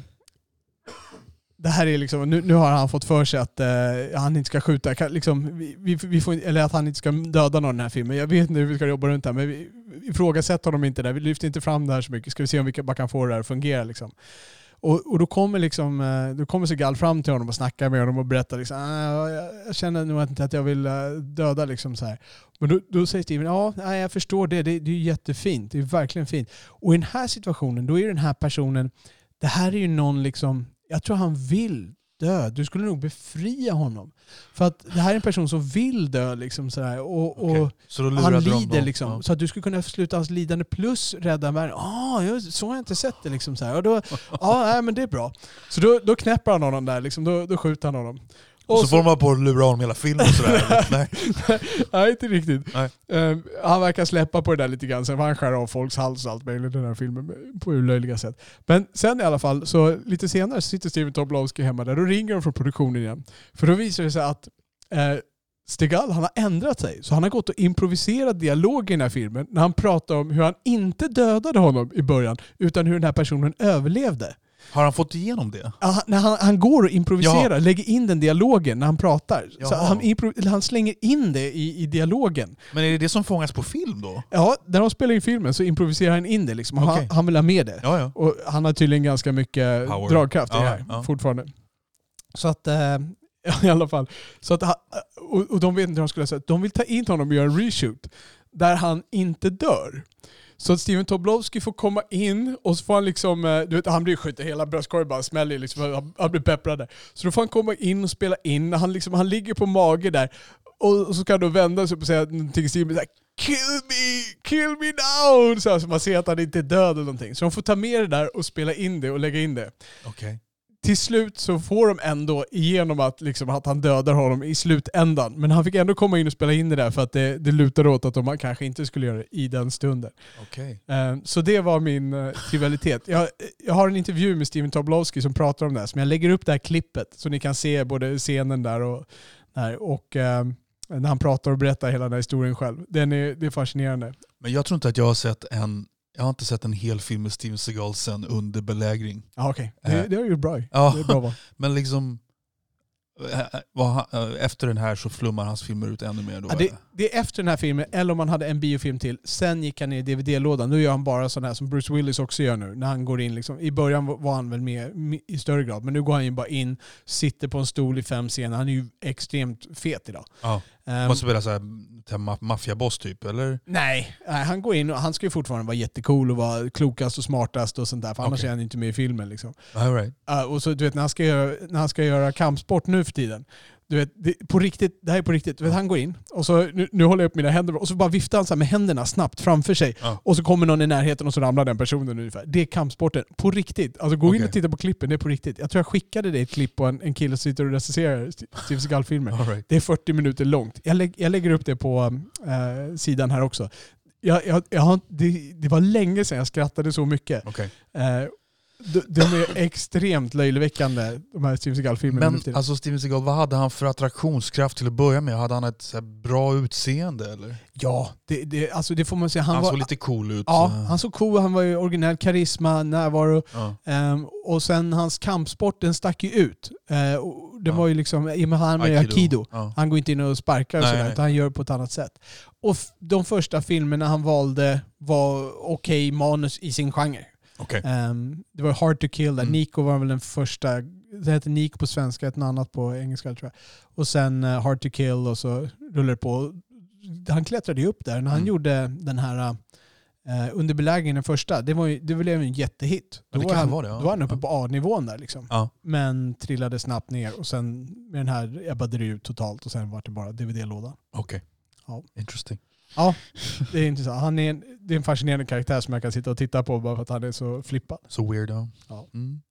Det här är liksom, nu, nu har han fått för sig att uh, han inte ska skjuta, kan, liksom, vi, vi, vi får, eller att han inte ska döda någon i den här filmen. Jag vet inte hur vi ska jobba runt här, men vi ifrågasätter honom inte där. Vi lyfter inte fram det här så mycket. Ska vi se om vi bara kan få det här att fungera. Liksom. Och, och då kommer liksom, då kommer Seagal fram till honom och snackar med honom och berättar liksom, ah, jag, jag känner nog inte att jag vill döda liksom så här. Men då, då säger Steven, ja, jag förstår det. det. Det är jättefint. Det är verkligen fint. Och i den här situationen, då är den här personen, det här är ju någon liksom, jag tror han vill dö. Du skulle nog befria honom. För att det här är en person som vill dö liksom sådär. Och, och okay. så han lider liksom. Ja. Så att du skulle kunna sluta hans lidande plus rädda världen. Ah, så har jag inte sett det liksom såhär. Och då, ja, nej, men det är bra. Så då, då knäpper han honom där liksom. Då, då skjuter han honom. Och så, så får man på att lura honom hela filmen och sådär. nej. nej, inte riktigt. Nej. Um, han verkar släppa på det där lite grann. Sen var han skär av folks hals och allt möjligt i den här filmen på olöjliga sätt. Men sen i alla fall, så lite senare så sitter Steven Tobolowsky hemma där. Då ringer de från produktionen igen. För då visar det sig att eh, Seagal, han har ändrat sig. Så han har gått och improviserat dialog i den här filmen när han pratar om hur han inte dödade honom i början, utan hur den här personen överlevde. Har han fått igenom det? Ja, när han, han går och improviserar, ja. lägger in den dialogen när han pratar. Så han, impro- han slänger in det i, i dialogen. Men är det det som fångas på film då? Ja, när de spelar in filmen så improviserar han in det. Liksom. Okay. Han, han vill ha med det. Ja, ja. Och han har tydligen ganska mycket Power. dragkraft i ja, det här ja. fortfarande. Så att, äh, i alla fall. Så att, och, och de vet inte hur de skulle säga. De vill ta in honom och göra en reshoot där han inte dör. Så att Steven Tobolowsky får komma in och så får han liksom, du vet, han blir skjuten, hela bröstkorgen bara smäller liksom, han blir pepprad. Så då får han komma in och spela in, han, liksom, han ligger på mage där och, och så kan då vända sig upp och säga någonting till Steven, kill me, kill me now, så, här, så man ser att han inte är död eller någonting. Så de får ta med det där och spela in det och lägga in det. Okej. Okay. till slut så får de ändå igenom att, liksom, att han dödar honom i slutändan. Men han fick ändå komma in och spela in det där för att det, det lutar åt att de kanske inte skulle göra det i den stunden. Okay. Så det var min uh, rivalitet. Jag, jag har en intervju med Steven Tobolowsky som pratar om det här. Så jag lägger upp det här klippet så ni kan se både scenen där och, där, och uh, när han pratar och berättar hela den här historien själv. Den är, det är fascinerande. Men jag tror inte att jag har sett en Jag har inte sett en hel film med Steven Seagal sen under belägring. Ja, okej. Okay. Det, det har ju bra. Ja, det är bra. Men liksom efter den här så flummar hans filmer ut ännu mer då. Ja, det, det är efter den här filmen, eller om man hade en biofilm till. Sen gick han ner i D V D-lådan. Nu gör han bara sån här som Bruce Willis också gör nu. När han går in liksom, i början var han väl med i större grad, men nu går han ju bara in, sitter på en stol i fem scener. Han är ju extremt fet idag. Ja. Um, måste spela så här maffiaboss typ, eller? Nej, han går in och han ska ju fortfarande vara jättecool och vara klokast och smartast och sånt där. För annars okay. är han inte med i filmen liksom. All right. Uh, och så du vet när han ska göra, när han ska göra kampsport nu för tiden. Du vet, det, på riktigt, det här är på riktigt. Du vet, han går in och så nu, nu håller jag upp mina händer och så bara viftar han så här med händerna snabbt framför sig. Ja. Och så kommer någon i närheten och så ramlar den personen ungefär. Det är kampsporten. På riktigt. Alltså gå okay. in och titta på klippen, det är på riktigt. Jag tror jag skickade dig ett klipp på en, en kille som sitter och recenserar Steven Seagal-filmer. Right. Det är fyrtio minuter långt. Jag, lägg, jag lägger upp det på äh, sidan här också. Jag, jag, jag har, det, det var länge sedan jag skrattade så mycket. Okay. Äh, De, de är extremt löjligväckande, de här Steven Seagal-filmerna. Men alltså Steven Seagal, vad hade han för attraktionskraft till att börja med? Hade han ett så här bra utseende eller? Ja, det, det, alltså det får man säga. Han, han var, såg lite cool ut. Ja, han såg cool. Han var ju originell karisma, närvaro. Ja. Um, och sen hans kampsport, den stack ju ut. Uh, och det ja. var ju liksom, i och med han med Aikido. Aikido. Ja. Han går inte in och sparkar och nej, sådär, nej. utan han gör på ett annat sätt. Och f- de första filmerna han valde var okej okay, manus i sin genre. Okay. Um, det var Hard to Kill där. Mm. Nico var väl den första. Det heter Nico på svenska, ett annat på engelska tror jag. Och sen uh, Hard to Kill och så rullade det på. Han klättrade ju upp där. När han mm. gjorde den här uh, under belägringen den första, det var ju, det blev en jättehit. Då, ja, var, han, var, det, ja. då var han uppe ja. på A-nivån där liksom. Ja. Men trillade snabbt ner och sen med den här ebbade det ut totalt och sen var det bara D V D-lådan. Okej. Okay. Ja. Interesting. Ja, det är intressant. Han är en, det är en fascinerande karaktär som jag kan sitta och titta på bara för att han är så flippad. Så weird, ja. Ja. Mm.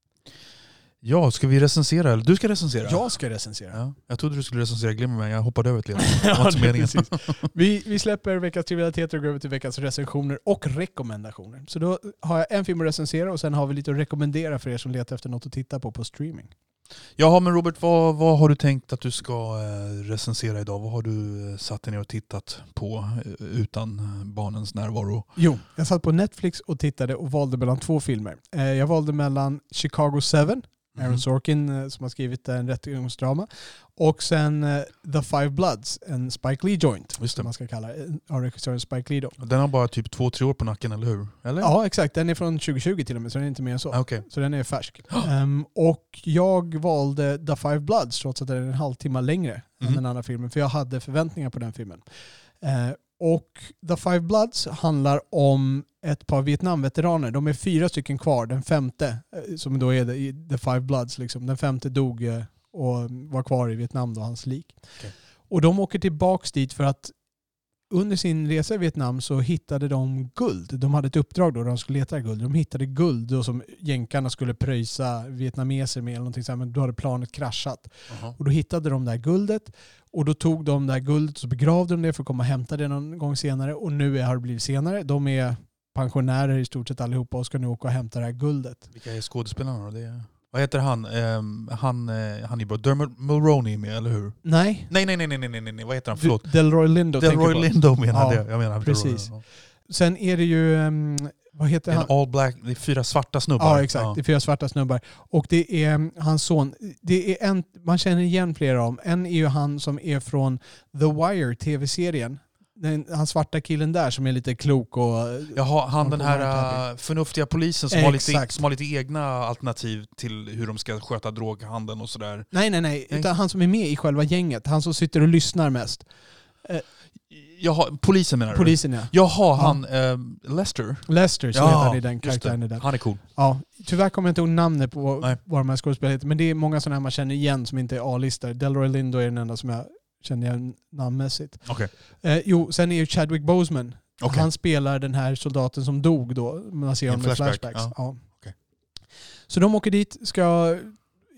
Ja, ska vi recensera? Eller du ska recensera? Jag ska recensera. Ja. Jag trodde du skulle recensera Glimmer, men jag hoppade över till det. Ja, det precis. vi, vi släpper veckans trivialiteter och går över till veckans recensioner och rekommendationer. Så då har jag en film att recensera och sen har vi lite att rekommendera för er som letar efter något att titta på på streaming. Ja, men Robert, vad, vad har du tänkt att du ska recensera idag? Vad har du satt dig ner och tittat på utan barnens närvaro? Jo, jag satt på Netflix och tittade och valde mellan två filmer. Jag valde mellan Chicago seven, Aaron Sorkin som har skrivit en rättegångsdrama, och sen The Five Bloods, en Spike Lee joint, som man ska kalla det, av regissören Spike Lee då. Den har bara typ två, tre år på nacken, eller hur? Eller? Ja, exakt. Den är från tjugo tjugo till och med, så den är inte mer än så. Okay. Så den är färsk. um, och jag valde The Five Bloods, trots att den är en halvtimme längre mm. än den andra filmen, för jag hade förväntningar på den filmen. Uh, och The Five Bloods handlar om ett par Vietnamveteraner. De är fyra stycken kvar. Den femte, som då är The Five Bloods, liksom. Den femte dog och var kvar i Vietnam då, hans lik. Okay. Och de åker tillbaks dit för att under sin resa i Vietnam så hittade de guld. De hade ett uppdrag då, de skulle leta guld. De hittade guld då som jänkarna skulle pröjsa vietnameser med eller någonting så här, men då hade planet kraschat. Uh-huh. Och då hittade de det här guldet och då tog de det här guldet och så begravde de det för att komma och hämta det någon gång senare, och nu har det blivit senare. De är pensionärer i stort sett allihopa och ska nu åka och hämta det här guldet. Vilka är skådespelarna då? Det är... Vad heter han? Um, han, uh, han är bra. Dermot Mulroney med, eller hur? Nej. Nej, nej, nej, nej, nej, nej, nej. Vad heter han? Förlåt. Delroy Lindo. Delroy Lindo menar ja, det. Jag menar, precis. Ja. Sen är det ju, um, vad heter en han? All black, det är fyra svarta snubbar. Ja, exakt. Ja. Det är fyra svarta snubbar. Och det är um, hans son. Det är en, man känner igen flera av dem. En är ju han som är från The Wire, tv-serien. Den, han svarta killen där som är lite klok och... Jaha, han den här uh, förnuftiga polisen som har, lite, som har lite egna alternativ till hur de ska sköta droghandeln och sådär. Nej, nej, nej. Utan han som är med i själva gänget. Han som sitter och lyssnar mest. Uh, Jaha, polisen menar du? Polisen, ja. Jaha, han uh, Lester. Lester, så ja, heter han i den karaktären. Där. Han är cool. Ja, tyvärr kommer jag inte ihåg namnet på nej. vad de här spelarna heter. Men det är många sådana här man känner igen som inte är A-listor. Delroy Lindo är den enda som jag känner jag namnmässigt. Okay. Eh, jo, sen är ju Chadwick Boseman. Okay. Han spelar den här soldaten som dog då. Man ser honom med flashbacks. Ja. Ja. Okay. Så de åker dit, ska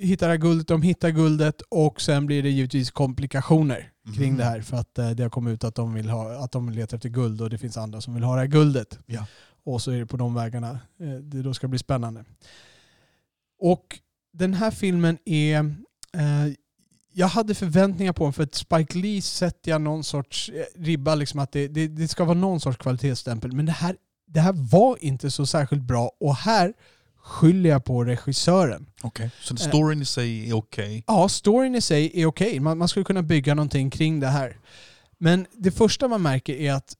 hittar det här guldet, de hittar guldet och sen blir det givetvis komplikationer kring mm. det här för att eh, det har kommit ut att de vill ha, att de letar efter guld och det finns andra som vill ha det här guldet. Ja. Och så är det på de vägarna. Eh, det då ska bli spännande. Och den här filmen är... Eh, jag hade förväntningar på den för att Spike Lee sätter jag någon sorts ribba liksom att det, det, det ska vara någon sorts kvalitetsstämpel. Men det här, det här var inte så särskilt bra och här skyller jag på regissören. Okej, okay. Så storyn i sig är okej? Okay. Ja, storyn i sig är okej. Okay. Man, man skulle kunna bygga någonting kring det här. Men det första man märker är att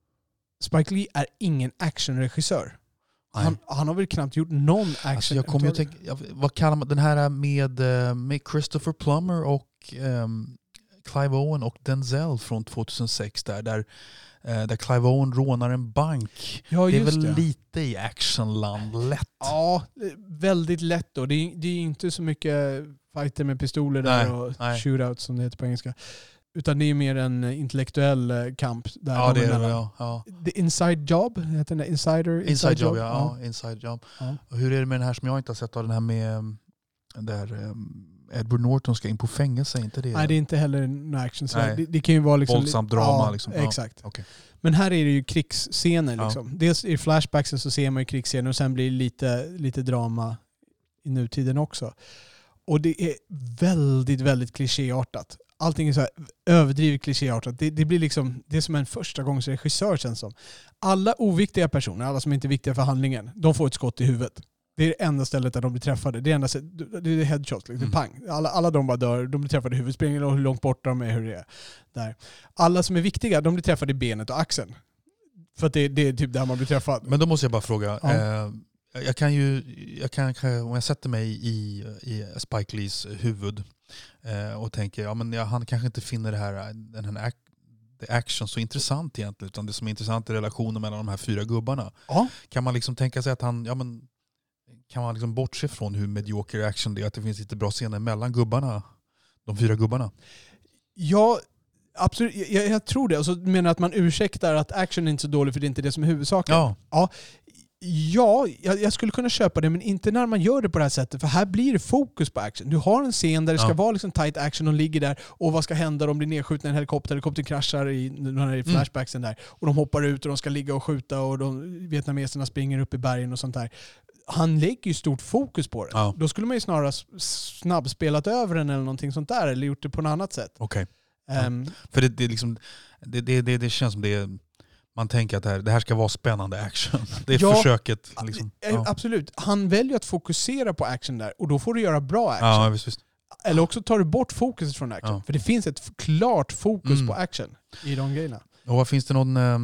Spike Lee är ingen actionregissör. Han, han har väl knappt gjort någon action. Alltså jag kommer att tänka, vad kallar man den här med, med Christopher Plummer och um, Clive Owen och Denzel från tjugohundrasex där, där, där Clive Owen rånar en bank. Ja, det är väl det. lite i actionland lätt. Ja, väldigt lätt då. Det är, det är inte så mycket fighter med pistoler där nej, och nej. shootouts som det heter på engelska. Utan det är mer en intellektuell kamp. Där ja, det är det. Ja, ja. The Inside Job, heter det Insider? Inside, inside Job, ja. ja. ja inside job. Ja. Och hur är det med den här som jag inte har sett av den här med där um, Edward Norton ska in på fängelse, inte det? Nej, det är inte heller en action. Det, det kan ju vara liksom... Våldsamt drama. Ja, liksom. Exakt. Ja, okay. Men här är det ju krigsscener. Liksom. Ja. Dels i flashbacksen så ser man ju krigsscener och sen blir det lite, lite drama i nutiden också. Och det är väldigt, väldigt klichéartat. Allting är så här överdrivet klichéartat. Det, det blir liksom, det är som en första gångs regissör känns som. Alla oviktiga personer, alla som inte är viktiga för handlingen, de får ett skott i huvudet. Det är det enda stället där de blir träffade. Det är, enda, det är headshots, liksom. Mm. Pang. Alla, alla de bara dör, de blir träffade i huvudet. Spelar ingen roll hur långt borta de är, hur det är. Där. Alla som är viktiga, de blir träffade i benet och axeln. För att det, det är typ där man blir träffad. Men då måste jag bara fråga. Ja. Eh, jag kan ju, jag kan, om jag sätter mig i, i Spike Lees huvud eh, och tänker, ja men ja, han kanske inte finner det här, den här action så intressant egentligen, utan det som är intressant är relationen mellan de här fyra gubbarna. Ja. Kan man liksom tänka sig att han, ja men kan man liksom bortse från hur medioker action det är, att det finns lite bra scener mellan gubbarna, de fyra gubbarna? Ja, absolut. Jag, jag tror det. Och så menar att man ursäktar att action är inte så dålig för det är inte det som är huvudsaken. Ja. Ja. Ja, jag, jag skulle kunna köpa det, men inte när man gör det på det här sättet. För här blir det fokus på action. Du har en scen där det ska ja. vara liksom tight action och ligger där. Och vad ska hända om de blir nedskjutna i en helikopter? Helikoptern kraschar i, i flashbacksen mm. där. Och de hoppar ut och de ska ligga och skjuta och de, vietnameserna springer upp i bergen och sånt där. Han lägger ju stort fokus på det. Ja. Då skulle man ju snarare snabbspelat över den eller någonting sånt där. Eller gjort det på något annat sätt. Okej. Okay. Ja. Um, för det, det, liksom, det, det, det, det känns som det är... Man tänker att det här, det här ska vara spännande action. Det är ja, försöket. Liksom. Ja. Absolut. Han väljer att fokusera på action där. Och då får du göra bra action. Ja, visst, visst. Eller också tar du bort fokuset från action. Ja. För det finns ett klart fokus mm. på action i de grejerna. Och vad finns det någon... Eh,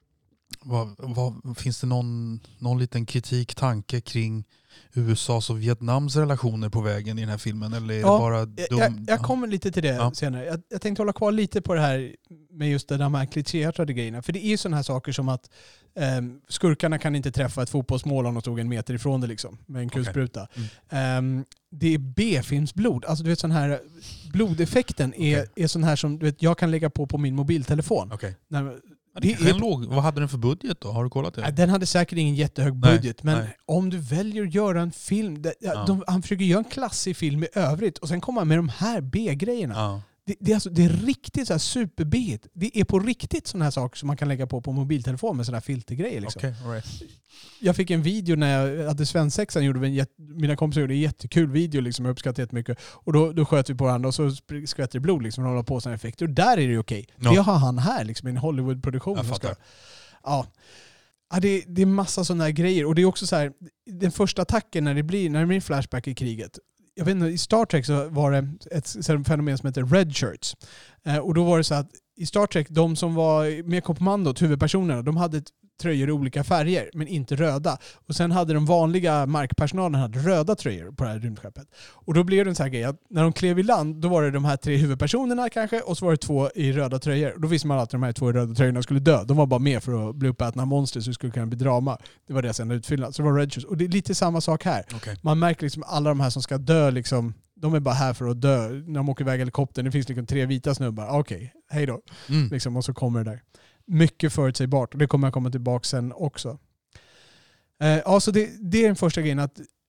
vad, vad, finns det någon, någon liten kritik, tanke kring U S A:s och Vietnams relationer på vägen i den här filmen? Eller är ja, det bara dum? jag, jag kommer lite till det ja. senare. Jag, jag tänkte hålla kvar lite på det här med just de här klichéartade grejerna. För det är ju sådana här saker som att um, skurkarna kan inte träffa ett fotbollsmål om de tog en meter ifrån det liksom, med en kulspruta. Okay. Mm. Um, det är B-filmsblod. Alltså du vet sån här blodeffekten är, okay. är sån här som du vet, jag kan lägga på på min mobiltelefon. Okay. När, det är låg. Vad hade den för budget då? Har du kollat det? Den hade säkert ingen jättehög budget. Nej, men nej. om du väljer att göra en film... Där, ja. de, han försöker göra en klassig film i övrigt och sen kommer han med de här B-grejerna. Ja. Det, det, är alltså, det är riktigt så här super-B. Det är på riktigt sådana här saker som man kan lägga på på mobiltelefon med sådana här filtergrejer. Liksom. Okay, all right. Jag fick en video när jag hade svensexan, gjorde en jätt, mina kompisar gjorde en jättekul video, liksom, jag uppskattade jättemycket. Och då, då sköt vi på varandra och så skvätter det blod liksom, och håller på sådana effekter. Och där är det okej. Okay. Det har han här liksom, i en Hollywood-produktion. Jag fattar. Ja. Ja, det, det är massa sådana här grejer. Och det är också så här, den första attacken när det blir, när det blir en flashback i kriget. Jag vet inte, i Star Trek så var det ett fenomen som heter Red Shirts. Eh, och då var det så att i Star Trek, de som var med på kommandot, huvudpersonerna, de hade tröjor i olika färger, men inte röda. Och sen hade de vanliga markpersonalen hade röda tröjor på det här rymdskeppet. Och då blev det en sån här grej att när de klev i land, då var det de här tre huvudpersonerna kanske, och så var det två i röda tröjor. Och då visste man att de här två i röda tröjorna skulle dö. De var bara med för att bli uppätna monster så det skulle kunna bli drama. Det var deras enda utfyllnad. Så det var Red Shirts. Och det är lite samma sak här. Okay. Man märker liksom alla de här som ska dö liksom, de är bara här för att dö. När de åker iväg helikoptern, det finns liksom tre vita snubbar. Okej, okay, hej då. Mm. Liksom, och så kommer det där. Mycket förutsägbart. Och det kommer jag komma tillbaka sen också. Eh, alltså det, det är den första grejen. Att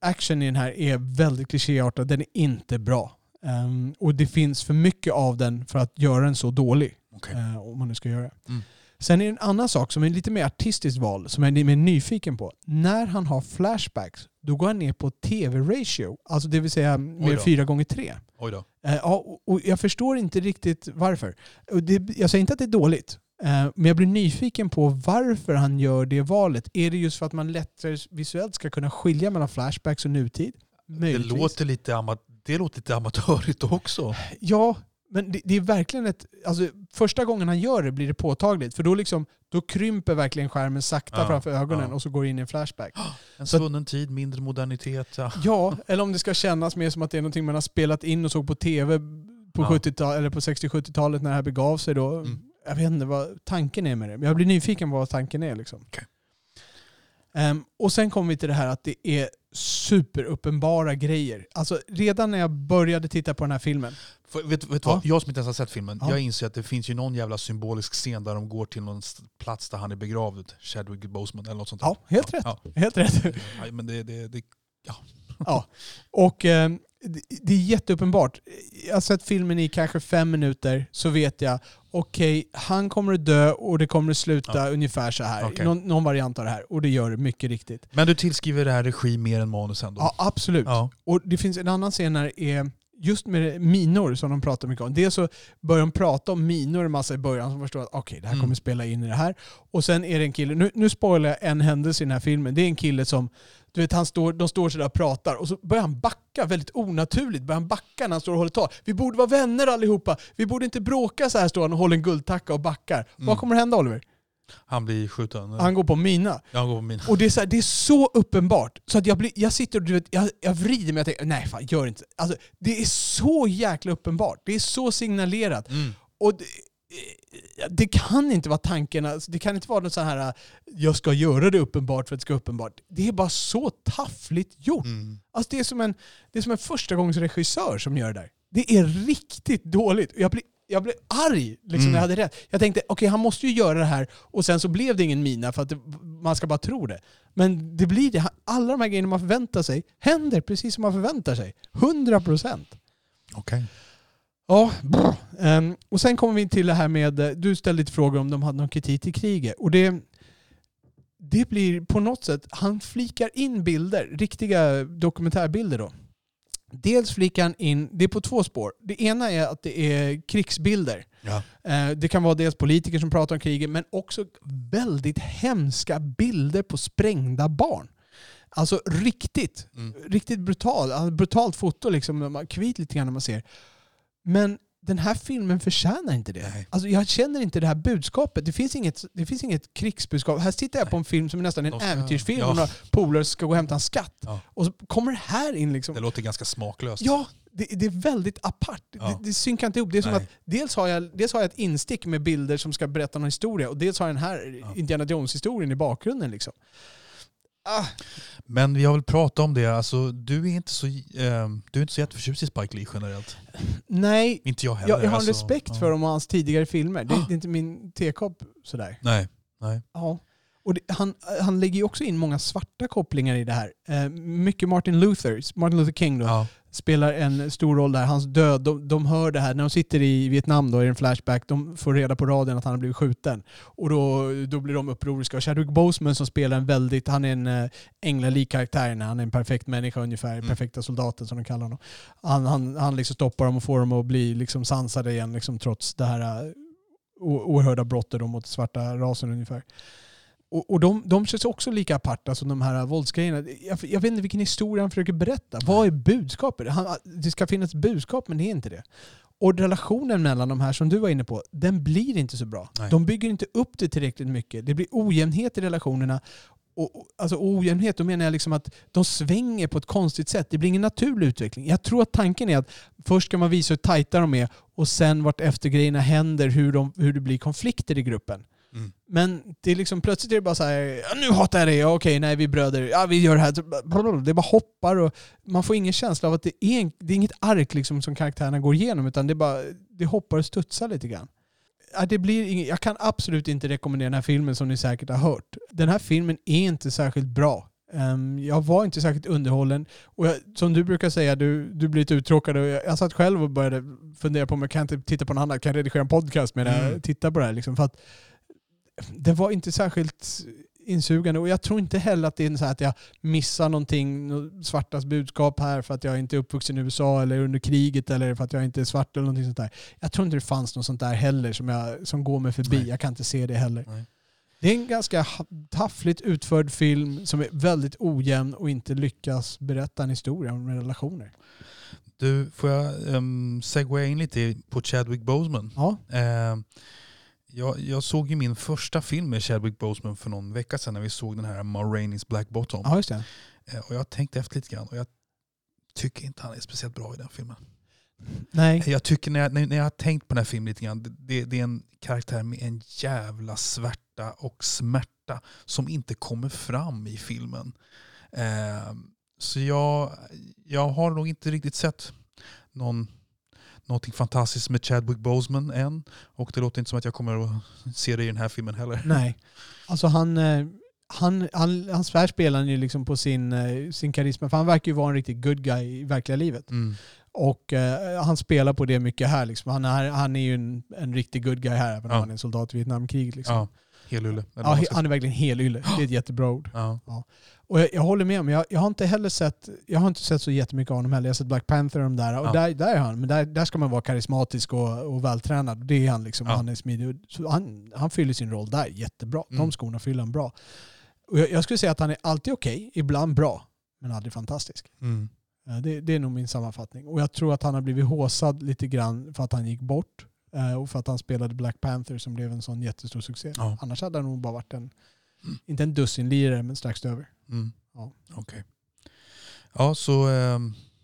action i den här är väldigt klichéartad. Den är inte bra. Um, och det finns för mycket av den för att göra den så dålig. Okay. Uh, om man nu ska göra det. Mm. Sen är det en annan sak som är lite mer artistiskt val, som jag är mer nyfiken på. När han har flashbacks, då går han ner på tv-ratio. Alltså det vill säga med fyra gånger tre. Oj då. Uh, ja, och jag förstår inte riktigt varför. Och det, jag säger inte att det är dåligt. Uh, men jag blir nyfiken på varför han gör det valet. Är det just för att man lättare visuellt ska kunna skilja mellan flashbacks och nutid? Det låter lite amat- det låter lite amatörigt också. Ja, men det, det är verkligen ett... Alltså, första gången han gör det blir det påtagligt. För då, liksom, då krymper verkligen skärmen sakta ja, framför ögonen ja. och så går det in i en flashback. En svunnen tid, mindre modernitet. Ja. ja, eller om det ska kännas mer som att det är någonting man har spelat in och såg på tv på, ja. sjuttiotalet, eller på sextio-sjuttiotalet när det här begav sig. Då. Mm. Jag vet inte vad tanken är med det. Men jag blir nyfiken på vad tanken är. Liksom. Okay. Um, och sen kommer vi till det här att det är superuppenbara grejer. Alltså redan när jag började titta på den här filmen. För, vet vet ja. vad? Jag som inte ens har sett filmen, ja. jag inser att det finns ju någon jävla symbolisk scen där de går till någon plats där han är begravd. Chadwick Boseman eller något sånt där. Ja, helt rätt. Ja. Helt rätt. Ja, men det, det, det, ja. ja. Och eh, det, det är jätteuppenbart. Jag har sett filmen i kanske fem minuter så vet jag okej, okay, han kommer att dö och det kommer att sluta ja. ungefär så här. Okay. Någon, någon variant av det här. Och det gör det mycket riktigt. Men du tillskriver det här regi mer än manus ändå? Ja, absolut. Ja. Och det finns en annan scen när det är just med minor som de pratar mycket om. Dels så börjar de prata om minor en massa i början som förstår att okej, okay, det här kommer mm. spela in i det här. Och sen är det en kille, nu, nu spoilar jag en händelse i den här filmen. Det är en kille som, du vet, han står, de står sådär och pratar och så börjar han backa väldigt onaturligt. Börjar han backa när han står och håller tal. Vi borde vara vänner allihopa. Vi borde inte bråka, så här står han och håller en guldtacka och backar. Mm. Vad kommer hända, Oliver? Han blir skjuten. Han går på mina. Ja, han går på mina. Och det är, så här, det är så uppenbart. Så att jag, blir, jag sitter och du vet, jag, jag vrider mig och tänker, nej fan, gör inte. Alltså, det är så jäkla uppenbart. Det är så signalerat. Mm. Och det, det kan inte vara tanken. Alltså, det kan inte vara något så här, jag ska göra det uppenbart för att det ska vara uppenbart. Det är bara så taffligt gjort. Mm. Alltså, det är som en, det är som en första gångs regissör som gör det där. Det är riktigt dåligt. Jag blir Jag blev arg liksom, mm. när jag hade rätt. Jag tänkte, okej, okay, han måste ju göra det här. Och sen så blev det ingen mina för att det, man ska bara tro det. Men det blir det. Alla de här grejerna man förväntar sig händer precis som man förväntar sig. hundra procent. Okej. Okay. Ja. Um, och sen kommer vi till det här med, du ställde lite frågor om de hade någon kritik till kriget. Och det, det blir på något sätt, han flikar in bilder, riktiga dokumentärbilder då. Dels flikar han in, det är på två spår. Det ena är att det är krigsbilder. Ja. Det kan vara dels politiker som pratar om kriget, men också väldigt hemska bilder på sprängda barn. Alltså riktigt, mm. riktigt brutal, brutalt foto liksom, man kvit lite grann när man ser. Men den här filmen förtjänar inte det. Nej. Alltså jag känner inte det här budskapet. Det finns inget, det finns inget krigsbudskap. Här tittar jag på en film som är nästan en ska, äventyrsfilm. Ja. Och några polare ska gå och hämta en skatt. Ja. Och så kommer det här in liksom. Det låter ganska smaklöst. Ja, det, det är väldigt apart. Ja. Det, det synkar inte ihop. Det är som att dels har, jag, dels har jag ett instick med bilder som ska berätta någon historia. Och dels har jag den här ja. Indiana Jones-historien i bakgrunden liksom. Ah. Men vi har väl pratat om det. Alltså, du är inte så, eh, du är inte så jätteförtjust i Spike Lee generellt. Nej, inte jag heller. Jag, jag har en alltså, respekt ja. för dem och hans tidigare filmer. Det är, det är inte min tekopp sådär. Nej, nej. Ja. Och det, han, han lägger ju också in många svarta kopplingar i det här. Eh, mycket Martin Luther, Martin Luther King då, ja. spelar en stor roll där. Hans död, de, de hör det här. När de sitter i Vietnam då, i en flashback, de får reda på radion att han har blivit skjuten. Och då, då blir de upproriska. Och Chadwick Boseman som spelar en väldigt, han är en äh, änglalik karaktär. Han är en perfekt människa ungefär, mm. perfekta soldaten som de kallar honom. Han, han, han liksom stoppar dem och får dem att bli liksom sansade igen liksom, trots det här äh, oerhörda brottet mot svarta rasen ungefär. Och, och de, de känns också lika aparta som de här våldsgrejerna. Jag, jag vet inte vilken historia han försöker berätta. Vad är budskapet? Han, det ska finnas budskap, men det är inte det. Och relationen mellan de här som du var inne på, den blir inte så bra. Nej. De bygger inte upp det tillräckligt mycket. Det blir ojämnhet i relationerna. Och, och, alltså ojämnhet, då menar jag liksom att de svänger på ett konstigt sätt. Det blir ingen naturlig utveckling. Jag tror att tanken är att först ska man visa hur tajta de är och sen vart efter grejerna händer, hur, de, hur det blir konflikter i gruppen. Mm. Men det är liksom plötsligt är det bara så här, nu hatar jag dig, ja, okej, nej vi är bröder, ja vi gör det här, det bara hoppar och man får ingen känsla av att det är, en, det är inget ark liksom som karaktärerna går igenom, utan det bara, det hoppar och studsar lite grann. Ja, det blir ing, jag kan absolut inte rekommendera den här filmen som ni säkert har hört. Den här filmen är inte särskilt bra. Um, jag var inte särskilt underhållen. Och jag, som du brukar säga, du, du blir lite uttråkad. Och jag, jag satt själv och började fundera på om jag kan inte titta på något annat. Kan jag redigera en podcast med mm. det, titta på det här. Liksom, för att det var inte särskilt insugande. Och jag tror inte heller att det är så här att jag missar någonting, svartas budskap här för att jag inte är uppvuxen i U S A eller under kriget eller för att jag inte är svart eller någonting sånt där. Jag tror inte det fanns något sånt där heller som, jag, som går mig förbi. Nej. Jag kan inte se det heller. Nej. Det är en ganska taffligt utförd film som är väldigt ojämn och inte lyckas berätta en historia om relationer. Du, får jag um, segwaya in lite på Chadwick Boseman? Ja. Uh, jag, jag såg ju min första film med Chadwick Boseman för någon vecka sedan när vi såg den här Ma Rainey's Black Bottom. Ja, just det. Uh, och jag tänkte efter lite grann och jag tycker inte han är speciellt bra i den filmen. Nej. Jag tycker när jag, när jag har tänkt på den här filmen lite grann, det, det är en karaktär med en jävla svärta och smärta som inte kommer fram i filmen. Eh, så jag, jag har nog inte riktigt sett någon, någonting fantastiskt med Chadwick Boseman än. Och det låter inte som att jag kommer att se det i den här filmen heller. Nej. Alltså han... Han, han, han svär spelar ju liksom på sin, sin karisma. För han verkar ju vara en riktigt good guy i verkliga livet. Mm. Och eh, han spelar på det mycket här. Liksom. Han, är, han är ju en, en riktig good guy här, även om ja. han är en soldat i Vietnamkriget. Liksom. Ja, helylle. Ja, he, han är verkligen helylle. Det är ett jättebra ord. Ja. Ja. Och jag, jag håller med om, jag, jag har inte heller sett, jag har inte sett så jättemycket av honom heller. Jag har sett Black Panther och de där. Och ja. där, där är han. Men där, där ska man vara karismatisk och, och vältränad. Det är han liksom. Ja. Han är smidig. Så han, han fyller sin roll där jättebra. Mm. De skorna fyller han bra. Och jag, jag skulle säga att han är alltid okej, okay, ibland bra, men aldrig fantastisk. Mm. Det, det är nog min sammanfattning. Och jag tror att han har blivit håsad lite grann för att han gick bort och för att han spelade Black Panther som blev en sån jättestor succé. Ja. Annars hade han nog bara varit en, mm. inte en dussinlirare, men strax över. Mm. Ja. Okej. Okay. Ja, så eh,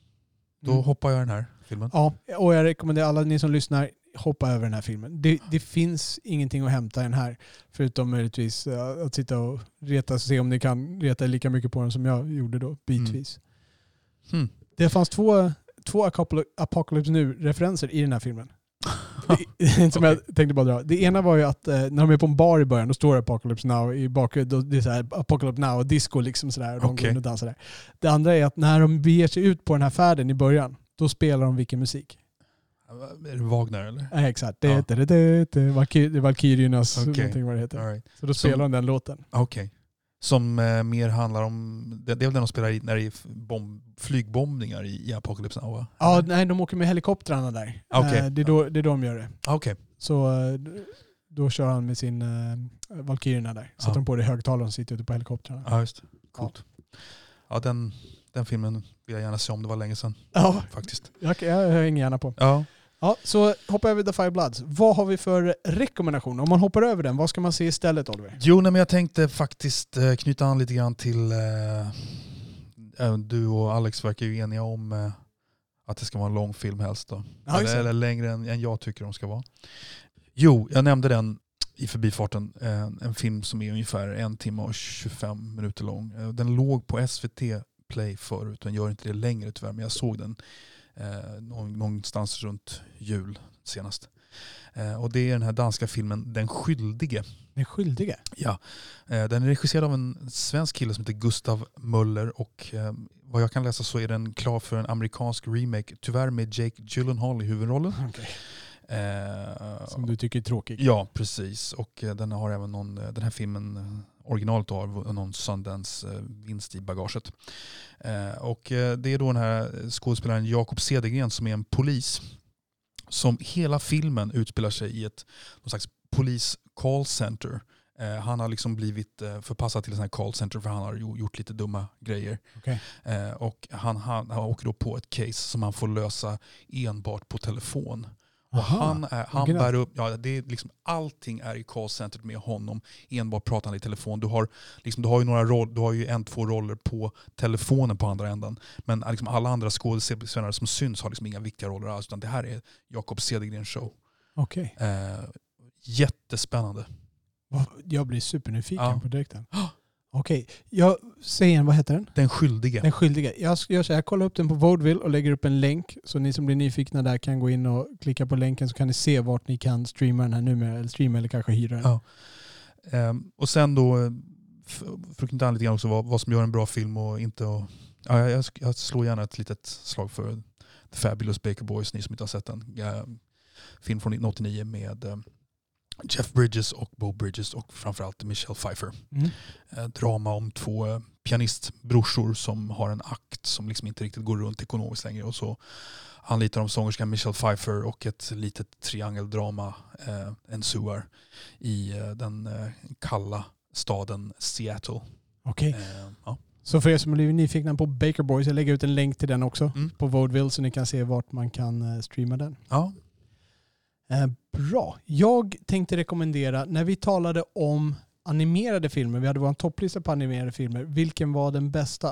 då mm. hoppar jag den här filmen. Ja, och jag rekommenderar alla ni som lyssnar, hoppa över den här filmen. Det, det finns ingenting att hämta i den här, förutom möjligtvis uh, att sitta och reta och se om ni kan reta lika mycket på den som jag gjorde då, bitvis. Mm. Mm. Det fanns två, två Apocalypse Nu-referenser i den här filmen. Det, som okay. Jag tänkte bara dra. Det ena var ju att eh, när de är på en bar i början, då står det Apocalypse Now i bakgrunden. Det är så här Apocalypse Now och disco liksom sådär. Och de okay. går och dansar där. Det andra är att när de beger sig ut på den här färden i början, då spelar de vilken musik? Är det Wagner eller? Ja, exakt. Det, ja. det, det, det, det, Valky- det Valkyriernas okay. någonting vad det heter. All right. Så då spelar Som, de den låten. Okej. Okay. Som eh, mer handlar om, det, det är väl den de spelar i, när det är bomb, flygbombningar i, i Apocalypse Now, va? Ja, nej, de åker med helikoptrarna där. Okay. Eh, det, är då, det är då de gör det. Okej. Okay. Så eh, då kör han med sin eh, Valkyrierna där. Sätter de på det i högtalaren och sitter ute på helikoptrarna. Ja, just det. Coolt. Ja, ja den, den filmen vill jag gärna se om, det var länge sedan. Ja, faktiskt. Jag, jag hänger gärna på. Ja. Ja, så hoppa över The Five Bloods. Vad har vi för rekommendation? Om man hoppar över den, vad ska man se istället, Oliver? Jo, nej, men jag tänkte faktiskt eh, knyta an lite grann till eh, du och Alex verkar ju eniga om eh, att det ska vara en lång film helst då. Ja, eller, eller längre än, än jag tycker de ska vara. Jo, jag nämnde den i förbifarten. Eh, en film som är ungefär en timme och tjugofem minuter lång. Eh, den låg på S V T Play förut. Den gör inte det längre tyvärr, men jag såg den Eh, någonstans runt jul senast. Eh, och det är den här danska filmen Den skyldige. Den skyldige? Ja. Eh, den är regisserad av en svensk kille som heter Gustav Möller och eh, vad jag kan läsa så är den klar för en amerikansk remake, tyvärr med Jake Gyllenhaal i huvudrollen. Okay. Eh, som du tycker är tråkig. Ja, precis. Och eh, den har även någon, den här filmen eh, originalet har någon Sundance-vinst i bagaget. Eh, och eh, det är då den här skådespelaren Jakob Cedergren som är en polis som hela filmen utspelar sig i ett någon slags polis call center. Eh, han har liksom blivit eh, förpassad till en sån här call center för han har gjort lite dumma grejer. Okay. Eh, och han, han, han åker då på ett case som han får lösa enbart på telefon. Och han är, han bär upp, ja, det är liksom, allting är i callcentret med honom, enbart pratande i telefon. Du har, liksom, du har ju några roll, du har ju en, två roller på telefonen på andra änden. Men liksom, alla andra skådespelare som syns har liksom inga viktiga roller alls, utan det här är Jakob Cedergrens show. Okej. Okay. Eh, jättespännande. Jag blir supernyfiken ja. på direkten. Okej, okay. Jag säger igen, vad heter den? Den skyldige. Den skyldige. Jag, jag, jag kollar upp den på Vaudeville och lägger upp en länk. Så ni som blir nyfikna där kan gå in och klicka på länken så kan ni se vart ni kan streama den här numera. Eller streama eller kanske hyra den. Ja. Um, och sen då fruktansvärt lite grann också vad, vad som gör en bra film och inte. Och, ja, jag, jag slår gärna ett litet slag för The Fabulous Baker Boys, ni som inte har sett den. Ja, film från nittonhundraåttionio med um, Jeff Bridges och Bo Bridges och framförallt Michelle Pfeiffer. Mm. Eh, drama om två eh, pianistbrorsor som har en akt som liksom inte riktigt går runt ekonomiskt längre, och så anlitar de sångerskan Michelle Pfeiffer och ett litet triangeldrama eh, ensuar i eh, den eh, kalla staden Seattle. Okej. Okay. Eh, ja. Så för er som har blivit nyfikna på Baker Boys, jag lägger ut en länk till den också mm. på Vaudeville så ni kan se vart man kan eh, streama den. Ja. Eh, bra. Jag tänkte rekommendera, när vi talade om animerade filmer, vi hade vår topplista på animerade filmer, vilken var den bästa?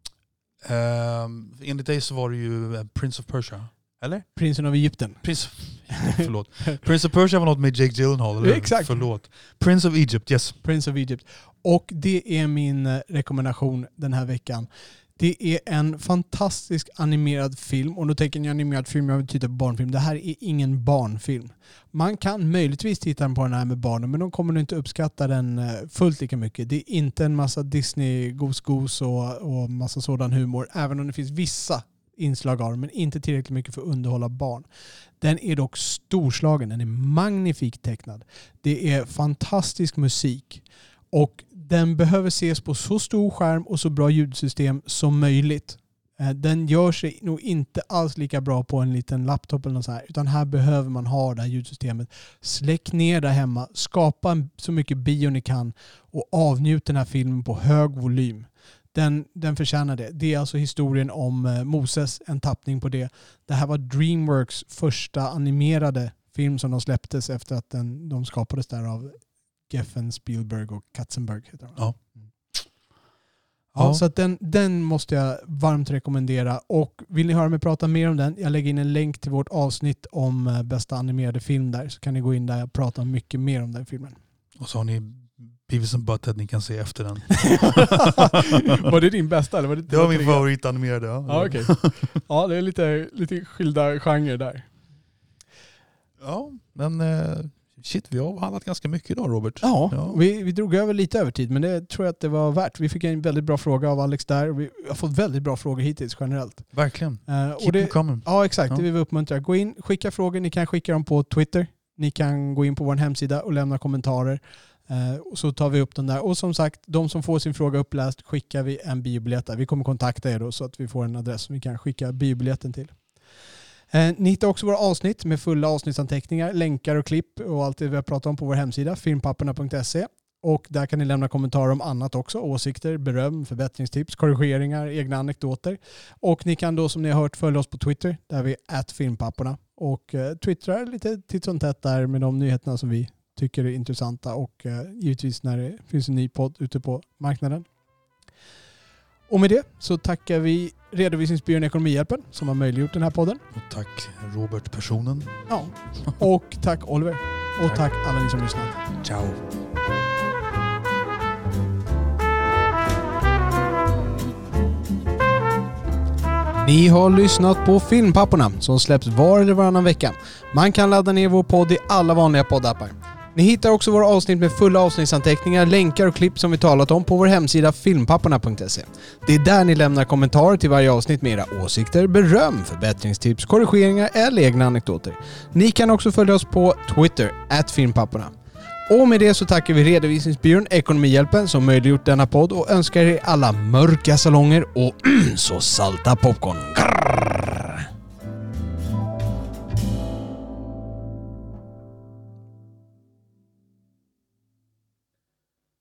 Um, enligt dig så var det ju Prince of Persia, eller? Prinsen av Egypten. Prince, förlåt. Prince of Persia var något med Jake Gyllenhaal, eller? Exakt. Förlåt. Prince of Egypt, yes. Prince of Egypt. Och det är min rekommendation den här veckan. Det är en fantastisk animerad film. Och då tänker ni animerad film, jag vill titta på barnfilm. Det här är ingen barnfilm. Man kan möjligtvis titta på den här med barnen, men de kommer nog inte uppskatta den fullt lika mycket. Det är inte en massa Disney gos-gos och, och massa sådan humor. Även om det finns vissa inslag av den, men inte tillräckligt mycket för att underhålla barn. Den är dock storslagen. Den är magnifikt tecknad. Det är fantastisk musik. Och den behöver ses på så stor skärm och så bra ljudsystem som möjligt. Den gör sig nog inte alls lika bra på en liten laptop eller något så här, utan här behöver man ha det här ljudsystemet. Släck ner där hemma, skapa så mycket bio ni kan och avnjut den här filmen på hög volym. Den, den förtjänar det. Det är alltså historien om Moses, en tappning på det. Det här var DreamWorks första animerade film som de släpptes efter att den, de skapades där av Geffen, Spielberg och Katzenberg heter de. Ja. Ja, ja. Så att den, den måste jag varmt rekommendera. Och vill ni höra mig prata mer om den, jag lägger in en länk till vårt avsnitt om bästa animerade film där, så kan ni gå in där och prata mycket mer om den filmen. Och så har ni Beavis and Butthead ni kan se efter den. Var det din bästa? Eller var det, det var min favoritanimerade. Ja, ja, okay. Ja, det är lite, lite skilda genrer där. Ja, men shit, vi har avhandlat ganska mycket idag, Robert. Ja, ja. Vi, vi drog över lite över tid, men det tror jag att det var värt. Vi fick en väldigt bra fråga av Alex där. Vi har fått väldigt bra frågor hittills generellt. Verkligen. Uh, Keep och det, them coming. Ja, exakt. Ja. Det vill vi uppmuntra. Gå in, skicka frågor. Ni kan skicka dem på Twitter. Ni kan gå in på vår hemsida och lämna kommentarer. Uh, och så tar vi upp den där. Och som sagt, de som får sin fråga uppläst skickar vi en biobiljett där. Vi kommer kontakta er då så att vi får en adress som vi kan skicka biobiljetten till. Eh, ni hittar också våra avsnitt med fulla avsnittsanteckningar, länkar och klipp och allt det vi har pratat om på vår hemsida filmpapporna punkt se. Och där kan ni lämna kommentarer om annat också. Åsikter, beröm, förbättringstips, korrigeringar, egna anekdoter. Och ni kan då som ni har hört följa oss på Twitter där vi är at filmpapporna. Och eh, twittrar lite titt som tätt där med de nyheterna som vi tycker är intressanta. Och eh, givetvis när det finns en ny podd ute på marknaden. Och med det så tackar vi Redovisningsbyrån Ekonomihjälpen som har möjliggjort den här podden. Och tack Robert personen. Ja. Och tack Oliver. Och tack, tack alla ni som lyssnar. Ciao. Ni har lyssnat på Filmpapporna som släpps var eller varannan vecka. Man kan ladda ner vår podd i alla vanliga poddappar. Ni hittar också våra avsnitt med fulla avsnittsanteckningar, länkar och klipp som vi talat om på vår hemsida filmpapporna punkt se. Det är där ni lämnar kommentarer till varje avsnitt med era åsikter, beröm, förbättringstips, korrigeringar eller egna anekdoter. Ni kan också följa oss på Twitter, at filmpapporna. Och med det så tackar vi Redovisningsbyrån Ekonomihjälpen som möjliggjort denna podd och önskar er alla mörka salonger och så salta popcorn.